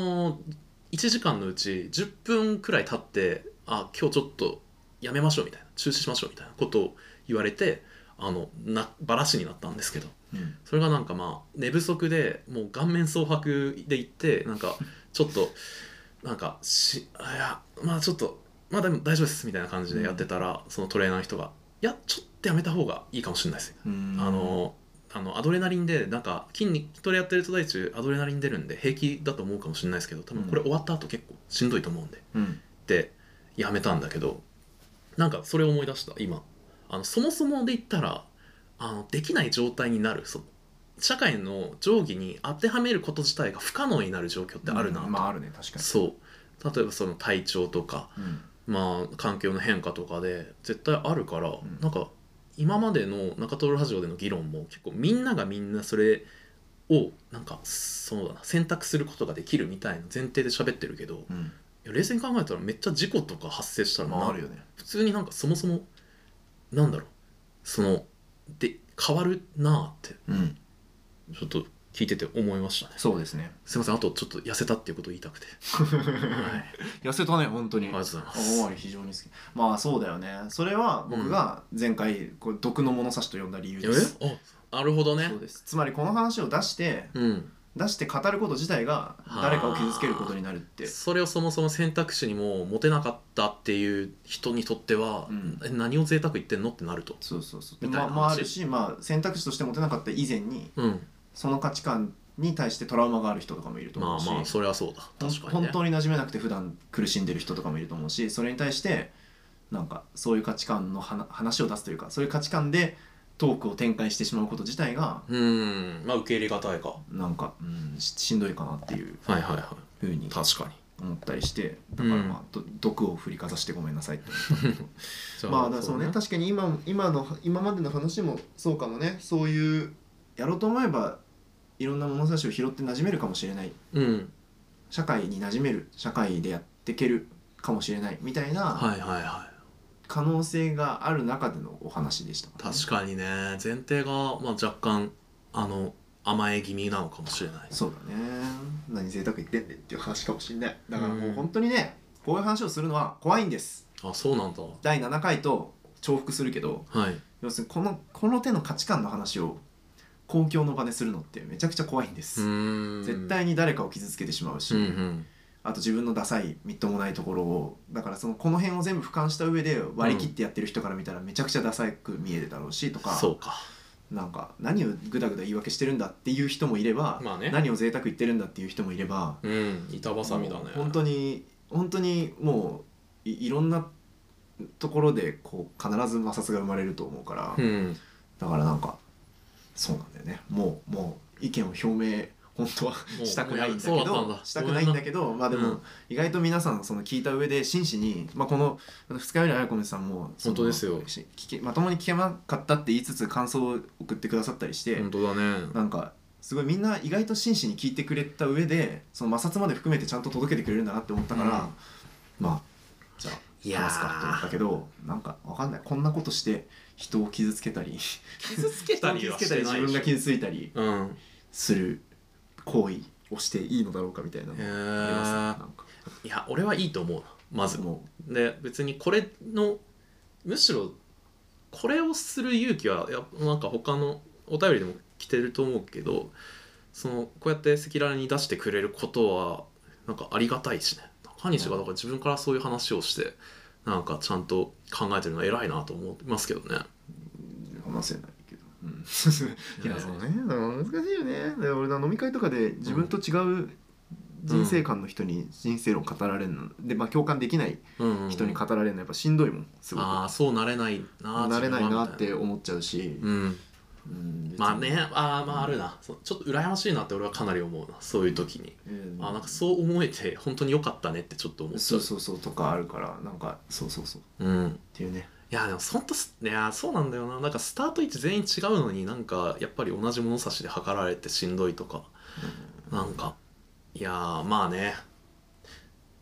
1時間のうち10分くらい経って今日ちょっとやめましょうみたいな、中止しましょうみたいなことを言われてバラシになったんですけど、それがなんかまあ寝不足でもう顔面蒼白で行ってなんかちょっとなんかまあちょっとまあでも大丈夫ですみたいな感じでやってたら、そのトレーナーの人がいやちょっとやめた方がいいかもしれないですよ。アドレナリンでなんか筋トレやってる人たちアドレナリン出るんで平気だと思うかもしれないですけど、多分これ終わった後結構しんどいと思うんで、でやめたんだけど、なんかそれを思い出した今。そもそもで言ったらできない状態になる、社会の定規に当てはめること自体が不可能になる状況ってあるなと、 まああるね、確かに。 そう例えばその体調とか、まあ環境の変化とかで絶対あるから、なんか今までの中トロラジオでの議論も結構みんながみんなそれをなんかそうだな選択することができるみたいな前提で喋ってるけど、いや冷静に考えたらめっちゃ事故とか発生したらあるよね。 普通になんかそもそもなんだろうで変わるなって、ちょっと聞いてて思いましたね。 そうですね。 すいません、あとちょっと痩せたっていうことを言いたくてはい、痩せたね本当に。 ありがとうございます。 顎周り非常に好き。まあそうだよね。それは僕が前回これ毒の物差しと呼んだ理由です。 なるほどね。 そうです。つまりこの話を出して、語ること自体が誰かを傷つけることになるって。 それをそもそも選択肢にも持てなかったっていう人にとっては、何を贅沢言ってんのってなると。 そうまああるし、まあ選択肢として持てなかった以前に、その価値観に対してトラウマがある人とかもいると思うし、 まあそれはそうだ、確かにね。 本当に馴染めなくて普段苦しんでる人とかもいると思うし、それに対してなんかそういう価値観の話を出すというか、そういう価値観でトークを展開してしまうこと自体がまあ受け入れがたいかなんか、しんどいかなっていうふうに確かに思ったりして、だからまあ、毒を振りかざしてごめんなさいって思ったまあだからそうね、確かに今までの話もそうかもね。そういうやろうと思えばいろんな物差しを拾って馴染めるかもしれない、社会に馴染める、社会でやっていけるかもしれないみたいな可能性がある中でのお話でした、 確かにね。前提が、まあ、若干甘え気味なのかもしれない。 そうだね。何贅沢言ってんねんっていう話かもしれない。だからもう本当にね、こういう話をするのは怖いんです。 そうなんだ。 第7回と重複するけど、要するにこの手の価値観の話を公共の場でするのってめちゃくちゃ怖いんです。絶対に誰かを傷つけてしまうし、あと自分のダサいみっともないところを、だからこの辺を全部俯瞰した上で割り切ってやってる人から見たらめちゃくちゃダサく見えるだろうしとか、 そうか、 なんか何をグダグダ言い訳してるんだっていう人もいれば、何を贅沢言ってるんだっていう人もいれば、 板挟みだね。 本当にもういろんなところでこう必ず摩擦が生まれると思うから、だからなんかそうなんだよね。もう意見を表明本当はしたくないんだけど、まあでも意外と皆さんその聞いた上で真摯に、まあこの2日目のあやこめさんも本当ですよ、 まともに聞けなかったって言いつつ感想を送ってくださったりして、 本当だね。 なんかすごいみんな意外と真摯に聞いてくれた上でその摩擦まで含めてちゃんと届けてくれるんだなって思ったから、まあじゃあ話すかって思ったけど、なんかわかんない、こんなことして人を傷つけたり傷つけたりはしてないでしょ。 自分が傷ついたりする行為をしていいのだろうかみたいなのありますね。なんかいや俺はいいと思うまず。で別にこれのむしろこれをする勇気はなんか他のお便りでも来てると思うけど、こうやって赤裸々に出してくれることはなんかありがたいしね。中西がだから自分からそういう話をしてなんかちゃんと考えてるのは偉いなと思いますけどね。 話せないけど、いやそうね、だから難しいよね。だから俺の飲み会とかで自分と違う人生観の人に人生論語られるので、まあ共感できない人に語られるのやっぱしんどいもん、すごく。 そうなれないなって思っちゃうし、 まあね、まああるな。ちょっと羨ましいなって俺はかなり思うな、そういう時に。なんかそう思えて本当に良かったねってちょっと思っちゃう。 そうとかあるから、なんかそうっていうね。 いやでもそうなんだよな。なんかスタート位置全員違うのになんかやっぱり同じ物差しで測られてしんどいとか、なんかいやまあね、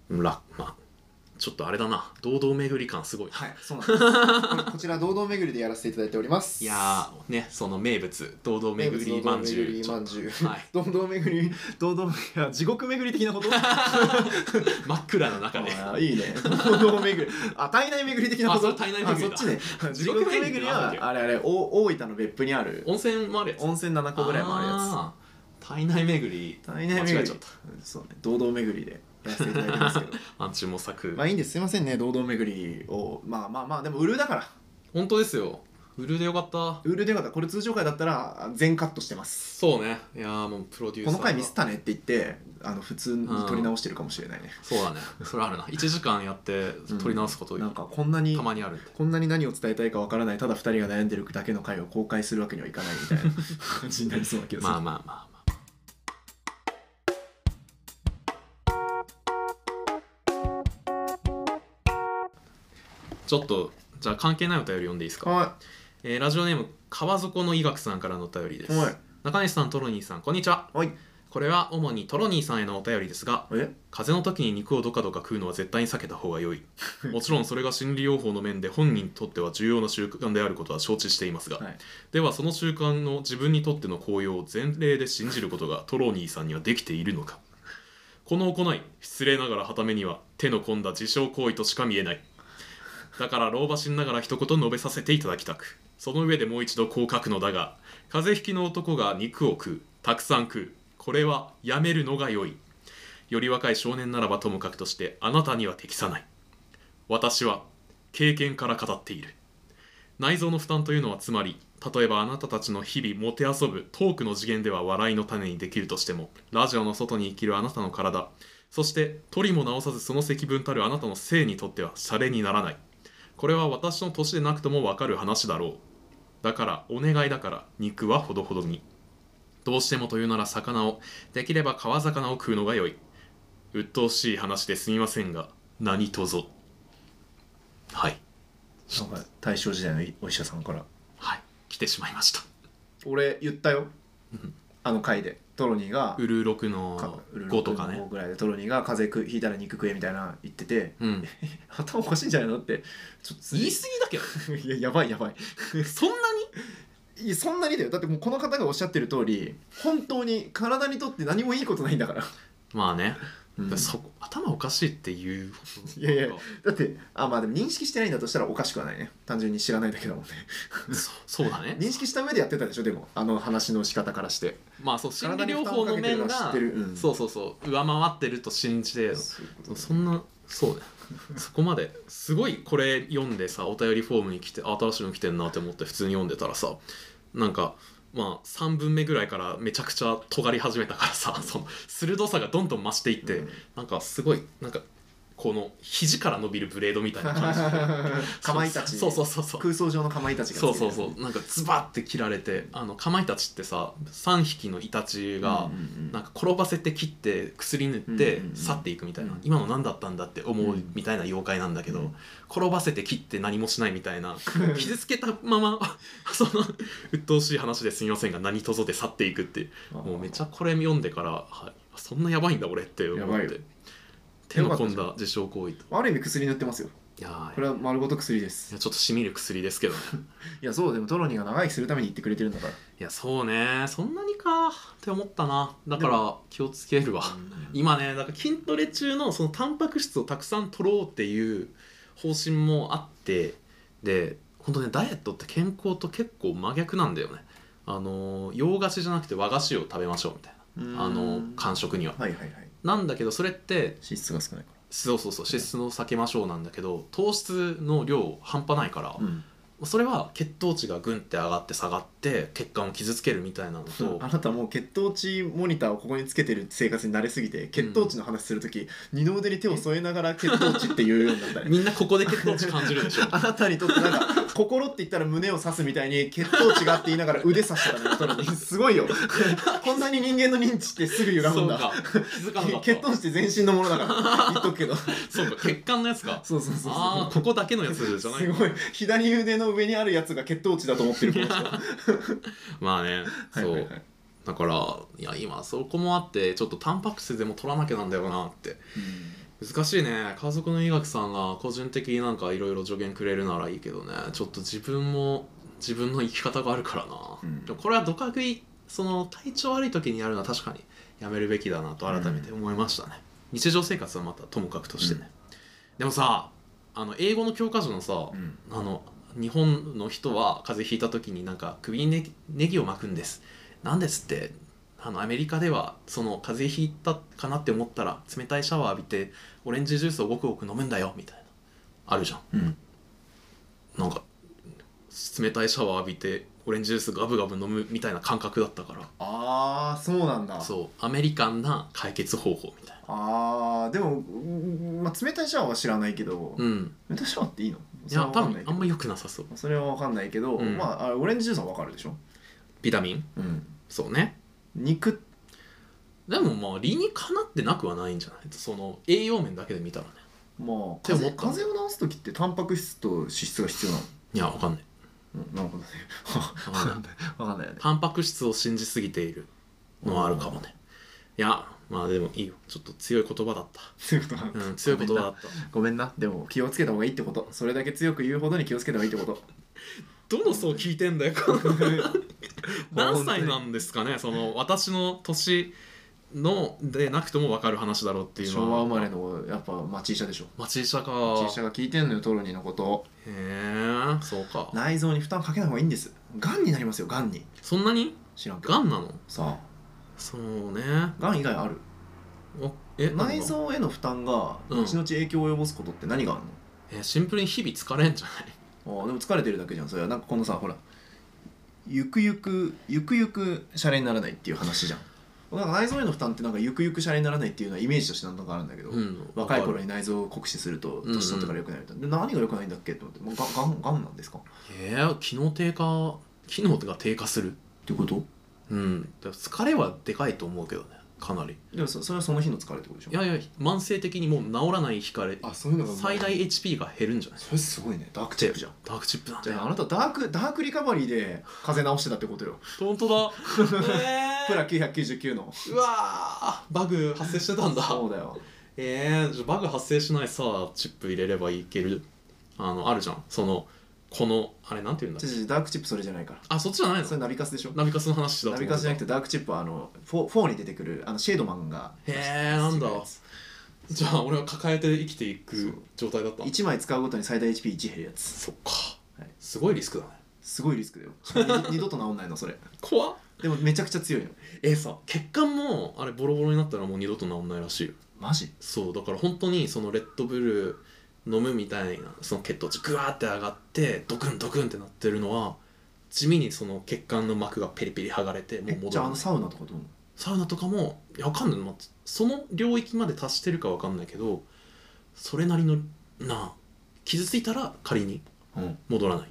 まあちょっとあれだな、堂々巡り感すごい。 はい、そうなんですこちら堂々巡りでやらせていただいております。 いやーね、その名物堂々巡りまんじゅう、 はい、堂々巡りいや地獄巡り的なこと真っ暗な中でいいね堂々巡り体内巡り的なこと。 体内巡りだ。 そっちね地獄巡りはあれ大分の別府にある温泉もあるやつ。 温泉7個ぐらいもあるやつ。体内巡り間違えちゃった。そうね、堂々巡りでやらせていただいてますけど暗中模索。 まあいいんです、すいませんね、堂々巡りをまあでもウルーだから。 本当ですよ、ウルーでよかった。 ウルーでよかった。これ通常回だったら全カットしてます。 そうね。いやもうプロデューサーこの回ミスったねって言って普通に撮り直してるかもしれないね。 そうだね、それあるな。1時間やって撮り直すこと、 なんかこんなにたまにあるんで、 こんなに何を伝えたいかわからない、ただ2人が悩んでるだけの回を公開するわけにはいかないみたいな感じになりそうだけどまあちょっとじゃあ関係ないお便り読んでいいですか。 はラジオネーム川底の医学さんからのお便りです。 はい、 中西さん、トロニーさん、こんにちは。 はい、 これは主にトロニーさんへのお便りですが、風邪の時に肉をドカドカ食うのは絶対に避けた方が良い。もちろんそれが心理療法の面で本人にとっては重要な習慣であることは承知していますが、 はい、 ではその習慣の自分にとっての効用を前例で信じることがトロニーさんにはできているのか。この行い、失礼ながらはためには手の込んだ自傷行為としか見えない。だから老婆心ながら一言述べさせていただきたく、その上でもう一度こう書くのだが、風邪ひきの男が肉を食う、たくさん食う、これはやめるのが良い。より若い少年ならばともかくとしてあなたには適さない。私は経験から語っている。内臓の負担というのはつまり、例えばあなたたちの日々もてあそぶトークの次元では笑いの種にできるとしても、ラジオの外に生きるあなたの体、そして取りも直さずその積分たるあなたの性にとってはシャレにならない。これは私の年でなくとも分かる話だろう。だからお願いだから肉はほどほどに。どうしてもというなら魚を、できれば川魚を食うのが良い。鬱陶しい話ですみませんが、何とぞ。はい。 なんか大正時代のお医者さんから来てしまいました。 俺言ったよ回でトロニーがウルー6の5とかねぐらいでトロニーが風邪ひいたら肉食えみたいな言ってて、頭おかしいんじゃないのってちょっと言い過ぎだけどいややばいそんなにそんなにだよ。だってもうこの方がおっしゃってる通り、本当に体にとって何もいいことないんだから。 まあね、頭おかしいっていう。 いやだってまあでも認識してないんだとしたらおかしくはないね。単純に知らないだけだもんね。 そうだね。 認識した上でやってたでしょ。でも話の仕方からしてまあそう、心理療法の面がそう上回ってると信じて、そんなそうねそこまですごい。これ読んでさ、お便りフォームに来て新しいの来てんなって思って普通に読んでたらさ、なんかまあ3分目ぐらいからめちゃくちゃ尖り始めたからさ、その鋭さがどんどん増していって、なんかすごいなんかこの肘から伸びるブレードみたいな感じでかまいたち、そう空想上のかまいたちがそうなんかズバッて切られて、かまいたちってさ3匹のイタチがなんか転ばせて切って薬塗って去っていくみたいな、今の何だったんだって思うみたいな妖怪なんだけど、転ばせて切って何もしないみたいな傷つけたままその鬱陶しい話ですみませんが何とぞで去っていくって、もうめちゃこれ読んでから、そんなやばいんだ俺って思って。手の込んだ自傷行為と。 ある意味薬塗ってますよ。 いやこれは丸ごと薬です。 いやちょっとしみる薬ですけどねいやそう、でもトロニーが長生きするために言ってくれてるんだから。いやそうね、そんなにかって思ったな。だから気をつけるわ。今ね、だから筋トレ中のそのタンパク質をたくさん取ろうっていう方針もあって、で本当ね、ダイエットって健康と結構真逆なんだよね。洋菓子じゃなくて和菓子を食べましょうみたいな、間食には。なんだけどそれって脂質が少ないから、 そう脂質を避けましょうなんだけど、糖質の量半端ないから、それは血糖値がグンって上がって下がって血管を傷つけるみたいなのと、 あなたもう血糖値モニターをここにつけてる生活に慣れすぎて、血糖値の話するとき、二の腕に手を添えながら血糖値っていうようになったねみんなここで血糖値感じるでしょあなたにとってなんか心って言ったら胸を刺すみたいに血糖値がって言いながら腕刺してたねトロニー。すごいよこんなに人間の認知ってすぐ揺らぐんだ。 気づかなかった。 血糖値って全身のものだから言っとくけどそうか、血管のやつか。 そうああ、ここだけのやつじゃない。 すごい、左腕の上にあるやつが血糖値だと思ってるこの人まあね、そうだから、いや今そこもあってちょっとタンパク質でも取らなきゃなんだよなって、 難しいね。家族の医学さんが個人的になんかいろいろ助言くれるならいいけどね、ちょっと自分も自分の生き方があるからな、これはどか食い、その体調悪い時にやるのは確かにやめるべきだなと改めて思いましたね、日常生活はまたともかくとしてね、でもさ、英語の教科書のさ、日本の人は風邪ひいた時になんか首にネギを巻くんです、なんですって。アメリカではその風邪ひいたかなって思ったら冷たいシャワー浴びてオレンジジュースをごくごく飲むんだよみたいなあるじゃん、なんか冷たいシャワー浴びてオレンジジュースガブガブ飲むみたいな感覚だったから。 ああ、そうなんだ。 そうアメリカンな解決方法みたいな。 ああ、でも、冷たいシャワーは知らないけど、冷たいシャワーっていいの？ いや多分あんま良くなさそう。 それは分かんないけど、オレンジジュースは分かるでしょ、 ビタミン。そうね。 肉でもまあ理にかなってなくはないんじゃない、その栄養面だけで見たらね。 まあ風邪を治す時ってタンパク質と脂質が必要なの？ いや分かんない、 なるほどね分かんないよね。 タンパク質を信じすぎているのはあるかもね。いやまあでもいいよ、ちょっと強い言葉だった。 強い言葉だった、 強い言葉だった。 ごめんな。でも気をつけた方がいいってこと。それだけ強く言うほどに気をつけた方がいいってこと。 どの層聞いてんだよ何歳なんですかね、その私の年のでなくても分かる話だろうっていうのは。 昭和生まれのやっぱ町医者でしょ。 町医者か。 町医者が聞いてんのよ、トロニーのことを。 へえ、そうか。 内臓に負担かけない方がいいんです。がんになりますよ、がんに。 そんなに？ 知らんけど。 がんなの？ さあ、 そうね。 がん以外ある？内臓への負担が後々影響を及ぼすことって何があるの？シンプルに日々疲れんじゃない？ でも疲れてるだけじゃん。それはなんかこのさ、ほらゆくゆくシャレにならないっていう話じゃん。なんか内臓への負担ってなんかゆくゆくシャレにならないっていうのはイメージとしてなんとかあるんだけど、若い頃に内臓を酷使すると年取ってから良くなるみたいな。で、何が良くないんだっけと思って、がんなんですか？機能が低下するっていうこと？ 疲れはでかいと思うけどね、かなり。 でもそれはその日の疲れってことでしょ？ いや慢性的にもう治らない日から、 そういうのが最大 HP が減るんじゃない？ それすごいね。ダークチップじゃん。 ダークチップなんだよ。 じゃああなたダークリカバリーで風邪治してたってことよ。 本当だプラ999の。 うわー、バグ発生してたんだ。 そうだよ。 じゃあバグ発生しないさチップ入れればいける。あるじゃん、このあれなんていうんだっけ。 ダークチップそれじゃないから。 そっちじゃないの？ それナビカスでしょ。 ナビカスの話だと思う。 ナビカスじゃなくてダークチップは4に出てくるシェードマンが。 なんだ。じゃあ俺は抱えて生きていく状態だった。 1枚使うごとに最大 HP1 減るやつ。 そっか、すごいリスクだね。 すごいリスクだよ。二度と治んないのそれ。 怖っ。 でもめちゃくちゃ強いの。 血管もあれボロボロになったらもう二度と治んないらしいよ。 マジ？ そうだから本当にそのレッドブル飲むみたいなその血糖値グワーって上がってドクンドクンってなってるのは地味にその血管の膜がペリペリ剥がれてもう戻らない。 じゃあサウナとかどう？ サウナとかもわかんない、その領域まで達してるかわかんないけどそれなりの傷ついたら仮に戻らない、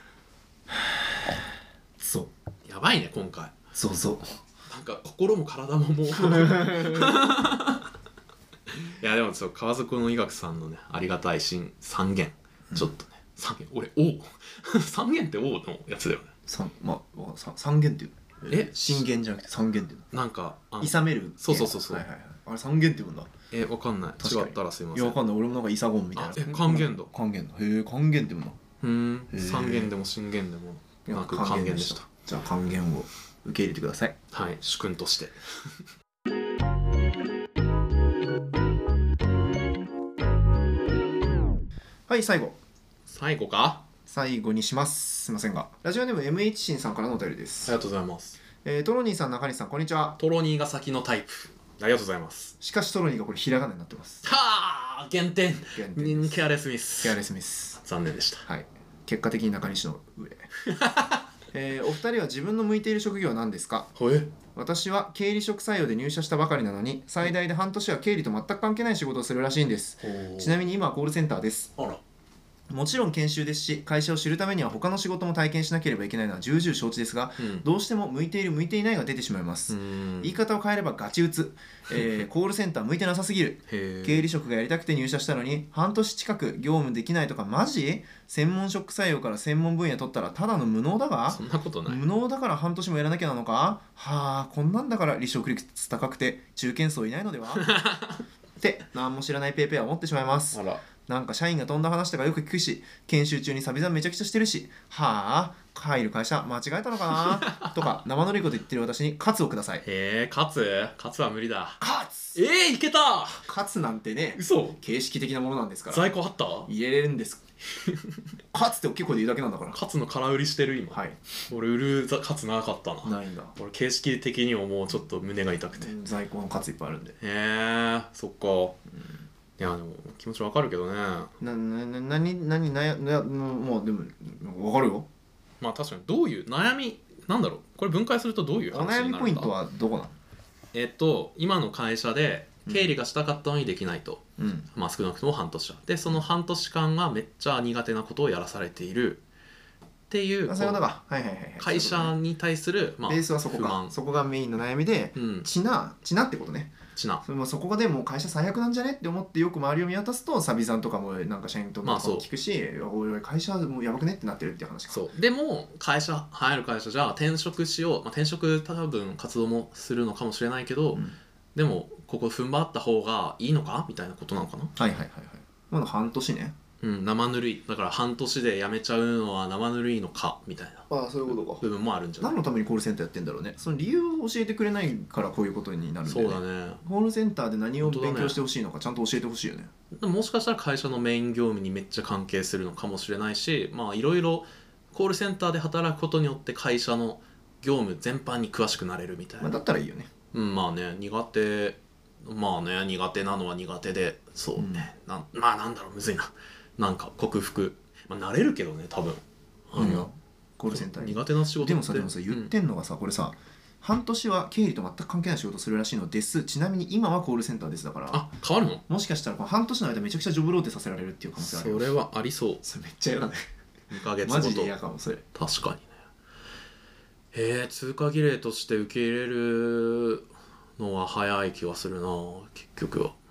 そうやばいね今回。 そうなんか心も体ももういやでも川底の医学さんのねありがたい3元、ちょっとね3元俺3元って王のやつだよね。 3元っていう震源じゃなくて3元っていうなんか勇める。 そうあれ3元って言うんだ。 わかんない。違ったらすいません。 いやわかんない。俺もなんかイサゴンみたいな。 還元だ。 還元だ。へえ、還元って言うんだ。 3元でも震源でもなく還元でした。 じゃあ還元を受け入れてください。 はい、主君としてはい、最後にします。すいませんが、ラジオネーム MH シンさんからのお便りです。 ありがとうございます。 トロニーさん、中西さん、こんにちは。 トロニーが先のタイプ。ありがとうございます。 しかしトロニーがこれひらがなになってます。 はあ、減点。ケアレスミス。残念でした。 はい。結果的に中西の上。お二人は自分の向いている職業は何ですか？私は経理職採用で入社したばかりなのに最大で半年は経理と全く関係ない仕事をするらしいんです。ちなみに今はコールセンターです。もちろん研修ですし会社を知るためには他の仕事も体験しなければいけないのは重々承知ですが、どうしても向いている向いていないが出てしまいます。言い方を変えればガチ打つ、コールセンター向いてなさすぎる、経理職がやりたくて入社したのに半年近く業務できないとかマジ？専門職採用から専門分野取ったらただの無能だが？ そんなことない。 無能だから半年もやらなきゃなのか？はあ、こんなんだから離職率高くて中堅層いないのでは？ って何も知らないペーペーは思ってしまいます。 あら、 なんか社員が飛んだ話とかよく聞くし、研修中にサビ残めちゃくちゃしてるし、はあ、入る会社間違えたのかなとか生ぬるいこと言ってる私にカツをください。 へえ、カツは無理だ。 カツいけた。 カツなんてね、 嘘。 形式的なものなんですから。 在庫あった。 入れれるんです。カツって大きい声で言うだけなんだから。 カツの空売りしてる今。 はい。 俺売るカツなかったな。 ないんだ。 俺形式的にももうちょっと胸が痛くて。 在庫のカツいっぱいあるんで。 へえ、そっか。いやでも気持ちわかるけどね。 もうでもわかるよ。 まあ確かにどういう悩みなんだろう。これ分解するとどういうお話になるんだ。 悩みポイントはどこなの？ 今の会社で経理がしたかったのにできないと、まあ少なくとも半年はで、その半年間がめっちゃ苦手なことをやらされているっていう、会社に対するベースはそこか。そこがメインの悩みで、ちなってことね。そこがでも会社最悪なんじゃねって思ってよく周りを見渡すとサビさんとかもなんか社員とかも聞くし、おい会社もうやばくねってなってるっていう話か。 そうでも入る会社じゃ転職しよう、転職多分活動もするのかもしれないけど、でもここ踏ん張った方がいいのかみたいなことなのかな。 まだ半年ね。 生ぬるいだから半年で辞めちゃうのは生ぬるいのかみたいなそういうことか部分もあるんじゃない。 何のためにコールセンターやってんだろうね。その理由を教えてくれないからこういうことになるんで、 そうだね。 コールセンターで何を勉強してほしいのかちゃんと教えてほしいよね。 もしかしたら会社のメイン業務にめっちゃ関係するのかもしれないし、まあいろいろコールセンターで働くことによって会社の業務全般に詳しくなれるみたいな。 だったらいいよね。 まあね、苦手なのは苦手で、そうね、なんだろう、むずいな。なんか克服、慣れるけどね多分。 コールセンターに苦手な仕事でもさ言ってんのがさ、これさ半年は経理と全く関係ない仕事するらしいのです。ちなみに今はコールセンターですだから。 変わるの？ もしかしたらこの半年の間めちゃくちゃジョブローテさせられるっていう可能性ある。 それはありそう。 それめっちゃ嫌だね。 2ヶ月ごと。 マジで嫌かもそれ。 確かにね。通過儀礼として受け入れるのは早い気がするな結局は。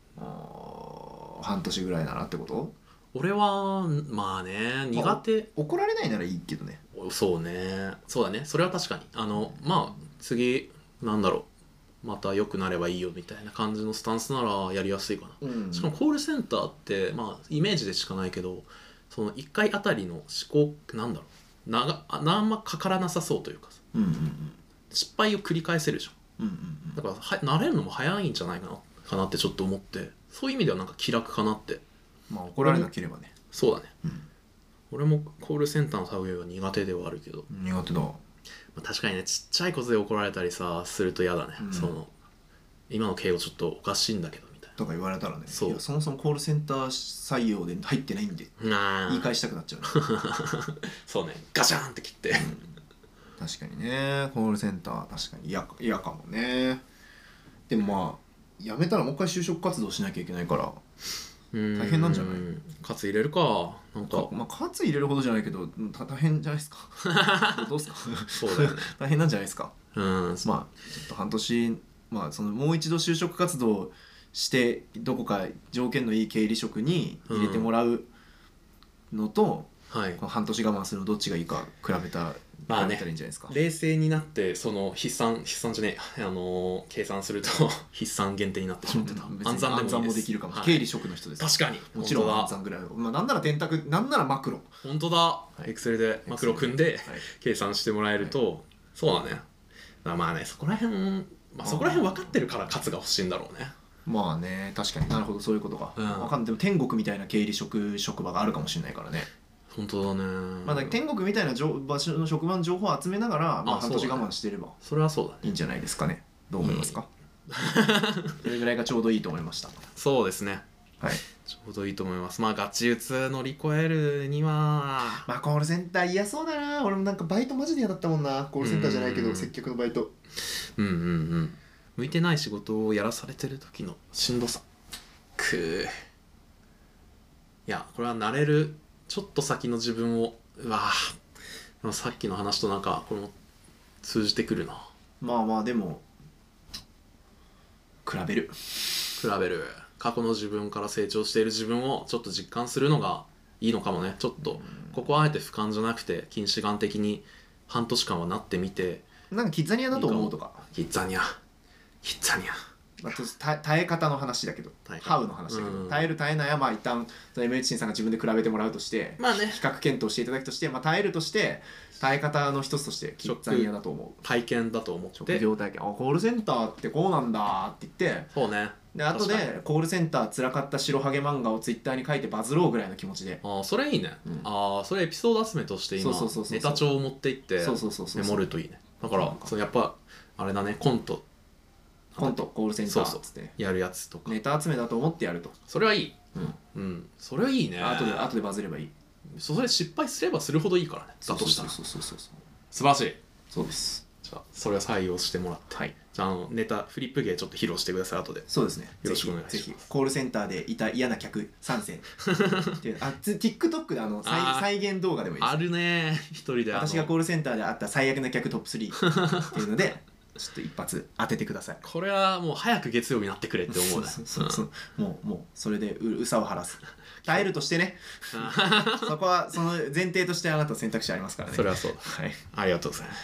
半年ぐらいならってこと？ 俺はまあね苦手。 怒られないならいいけどね。 そうだね、それは確かにまあ次なんだろう、また良くなればいいよみたいな感じのスタンスならやりやすいかな、しかもコールセンターってまあイメージでしかないけど、その1回あたりの思考なんだろうあんまかからなさそうというか、失敗を繰り返せるじゃん、だから慣れるのも早いんじゃないかなってちょっと思って、そういう意味ではなんか気楽かなって。 怒られなければね。 そうだね、俺もコールセンターの類は苦手ではあるけど。 苦手だ。 確かにね、ちっちゃいことで怒られたりさすると嫌だね、その今の敬語ちょっとおかしいんだけどみたいなとか言われたらね、そもそもコールセンター採用で入ってないんで言い返したくなっちゃう、 そうね、ガシャンって切って、 確かにね、コールセンター確かに嫌かもね。でも辞めたらもう一回就職活動しなきゃいけないから大変なんじゃない？ カツ入れるかなんか、 カツ入れるほどじゃないけど大変じゃないですか。どうですか？ そうだよね。 大変なんじゃないですか。ちょっと半年そのもう一度就職活動してどこか条件のいい経理職に入れてもらうのと、この半年我慢するのどっちがいいか比べたらいいんじゃないですか。 冷静になってその筆算じゃねえ計算すると筆算限定になってしまってた。暗算もできるかも。経理職の人です。 確かにもちろん暗算ぐらい。なんなら電卓、なんならマクロ。 本当だ。エクセルでマクロ組んで計算してもらえると、そうだね。そこら辺分かってるからカツが欲しいんだろうね。 確かになるほど、そういうことか。わかんない。でも天国みたいな経理職場があるかもしれないからね。 本当だね。 天国みたいな場所の職場の情報を集めながら半年我慢してればそれはそうだね、 いいんじゃないですかね。どう思いますか？それぐらいがちょうどいいと思いました。 そうですね、ちょうどいいと思います。ガチ打つ乗り越えるにはコールセンター嫌そうだな。俺もなんかバイトマジで嫌だったもんな。コールセンターじゃないけど接客のバイト。 向いてない仕事をやらされてる時のしんどさ。いやこれは慣れるちょっと先の自分をさっきの話となんかこれも通じてくるな。 でも比べる過去の自分から成長している自分をちょっと実感するのがいいのかもね。ちょっとここはあえて俯瞰じゃなくて近視眼的に半年間はなってみて、 なんかキッザニアだと思うとか。 キッザニアあと耐え方の話だけど、ハウの話だけど、耐える耐えないはまあ一旦MHさんが自分で比べてもらうとして、 まあね、 比較検討していただくとして、まあ、耐えるとして耐え方の一つとしてキッザニアだと思う。 体験だと思って、 職業体験、コールセンターってこうなんだって言って、 そうね、 で後でコールセンター辛かった白ハゲ漫画をツイッターに書いてバズろうぐらいの気持ちで。 それいいね、それエピソード集めとして今ネタ帳を持っていってメモるといいね。だからやっぱあれだね、コントコールセンターっつってやるやつとかネタ集めだと思ってやると。 それはいい。それはいいね。 後でバズればいい。 それ失敗すればするほどいいからね。だとしたら素晴らしい。 そうです。 じゃあそれを採用してもらって、じゃあネタフリップ芸ちょっと披露してください後で。 そうですね、 よろしくお願いします。 ぜひコールセンターでいた嫌な客参戦っていうTikTok で再現動画でもいいです。 あるね、一人で私がコールセンターで会った最悪な客トップ3っていうのでちょっと一発当ててください。 これはもう早く月曜日になってくれって思うね。 もうそれでうさを晴らす。耐えるとしてねそこはその前提としてあなた選択肢ありますからね。 それはそうだ、 はい、 ありがとうございます、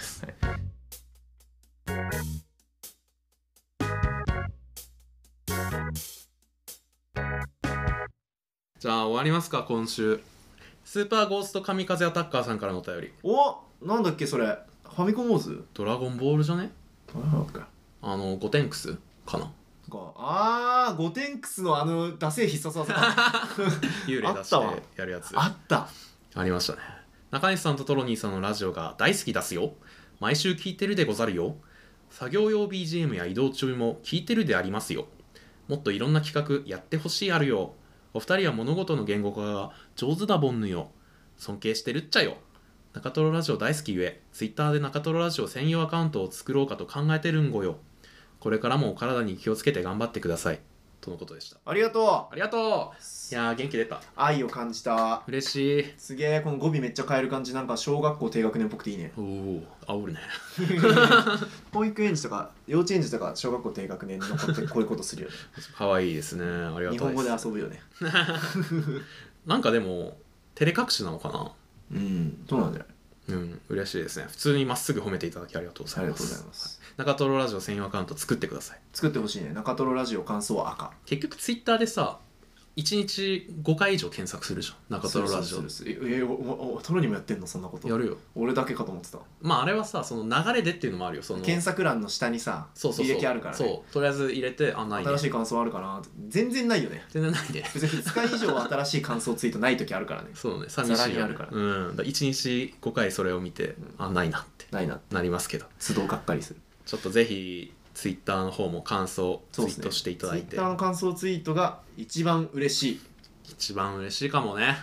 じゃあ終わりますか。今週スーパーゴースト神風アタッカーさんからのお便り。 なんだっけそれ、ファミコンウォーズ、 ドラゴンボールじゃね、ゴテンクスかな。 ゴテンクスのダセー必殺技幽霊出してやるやつありましたね。中西さんとトロニーさんのラジオが大好きですよ。毎週聞いてるでござるよ。作業用 BGM や移動中も聞いてるでありますよ。もっといろんな企画やってほしいあるよ。お二人は物事の言語化が上手だぼんぬよ。尊敬してるっちゃよ。中トロラジオ大好きゆえ、Twitter で中トロラジオ専用アカウントを作ろうかと考えてるんごよ。これからもお体に気をつけて頑張ってください。とのことでした。 ありがとう。 いやー元気出た。 愛を感じた。 嬉しい。 すげえ、この語尾めっちゃ変える感じ、なんか小学校低学年っぽくていいね。 おお、煽るね。 保育園児とか幼稚園児とか小学校低学年の子ってこういうことするよね。 可愛いですね。ありがとうございます。 日本語で遊ぶよね。 なんかでも照れ隠しなのかな。 そうなんだよ。 嬉しいですね。普通にまっすぐ褒めていただきありがとうございます。 ありがとうございます。 中トロラジオ専用アカウント作ってください。 作ってほしいね。中トロラジオ感想は赤。 結局ツイッターでさ、1日5回以上検索するじゃん、中トロラジオ。 トロにもやってんのそんなこと。 やるよ。 俺だけかと思ってた。 まああれはさ、その流れでっていうのもあるよ。その検索欄の下にさ、履歴あるからね。 そう、とりあえず入れて、ないね。 新しい感想あるかな。全然ないよね。 全然ないね。 別に2日以上新しい感想ツイートない時あるからね。 そうね、寂しいあるから。 1日5回それを見て、ないなってなりますけど、 都度がっかりする。 ちょっとぜひツイッターの方も感想ツイートしていただいて、 ツイッターの感想ツイートが一番嬉しい。 一番嬉しいかもね。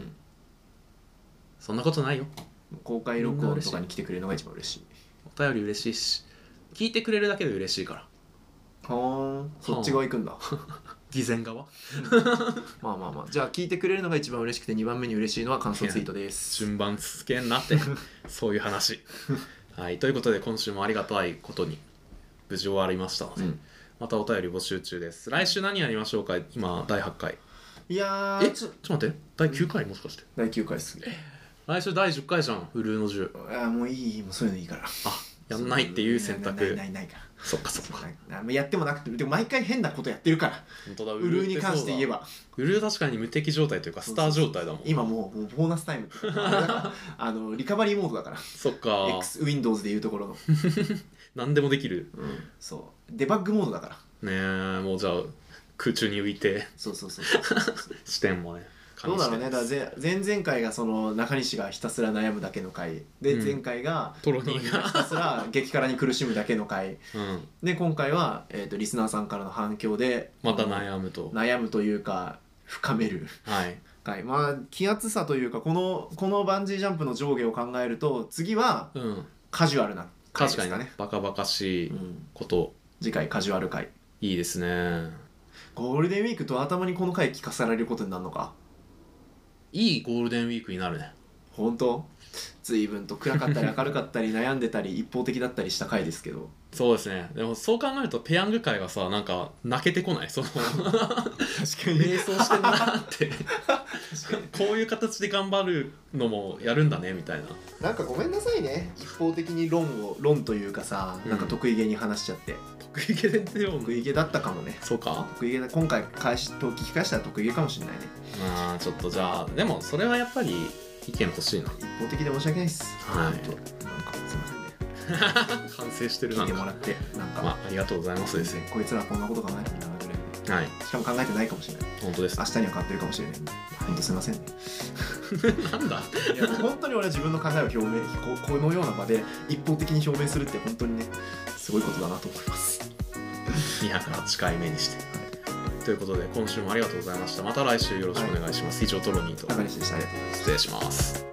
そんなことないよ。 公開録音とかに来てくれるのが一番嬉しい。 お便り嬉しいし、聞いてくれるだけで嬉しいから。 そっち側行くんだ。 偽善側。 まあじゃあ聞いてくれるのが一番嬉しくて2番目に嬉しいのは感想ツイートです。 順番つけんなってそういう話。はい、ということで今週もありがたいことに無事終わりましたので、またお便り募集中です。来週何やりましょうか。今第8回。 いやちょっと待って、第9回もしかして。 第9回っす。 来週第10回じゃん、フルーの10。 もういい、もうそういうのいいから。 やんないっていう選択。 ないから。 そっか。 やってもなくて、でも毎回変なことやってるから。 本当だ、 ウルーに関して言えば。 ウルー確かに無敵状態というかスター状態だもん。 今もうボーナスタイムリカバリーモードだから。 そっか。 Windows でいうところの。 何でもできる。 そう。デバッグモードだから。 ねえ、もうじゃあ空中に浮いて。 そう。 視点もね。 どうだろうね。だから前々回がその中西がひたすら悩むだけの回で、前回がトロニーがひたすら激辛に苦しむだけの回で、今回はリスナーさんからの反響でまた悩むというか深める回。まあ気圧差というか、このバンジージャンプの上下を考えると、次はカジュアルな回ですかね。 確かにバカバカしいこと。 次回カジュアル回。 いいですね。 ゴールデンウィークと頭にこの回聞かされることになるのか。 いいゴールデンウィークになるね。 本当？随分と暗かったり明るかったり悩んでたり一方的だったりした回ですけど。 そうですね。でもそう考えるとペヤング会がさ、なんか泣けてこない。確かに瞑想してんなってこういう形で頑張るのもやるんだねみたいな。 なんかごめんなさいね、一方的に論というかさ、なんか得意げに話しちゃって。 得意げで得意げだったかもね。 そうか、 得意げだ。今回聞き返したら得意げかもしれないね。 まあちょっとじゃあでもそれはやっぱり意見欲しいな。 一方的で申し訳ないです。 はい。 なんかすいませんね。 反省してるな。 聞いてもらってなんか、 ありがとうございますですね。 こいつらこんなこと考えてるんだなぐらいで。 はい。 しかも考えてないかもしれない。 本当です。 明日には変わってるかもしれない。本当すいませんね。 なんだ。 いや本当に俺は自分の考えを表明このような場で一方的に表明するって本当にねすごいことだなと思います。 208回目にして。ということで今週もありがとうございました。また来週よろしくお願いします。以上トロニーと中西でした。ありがとうございます。 失礼します。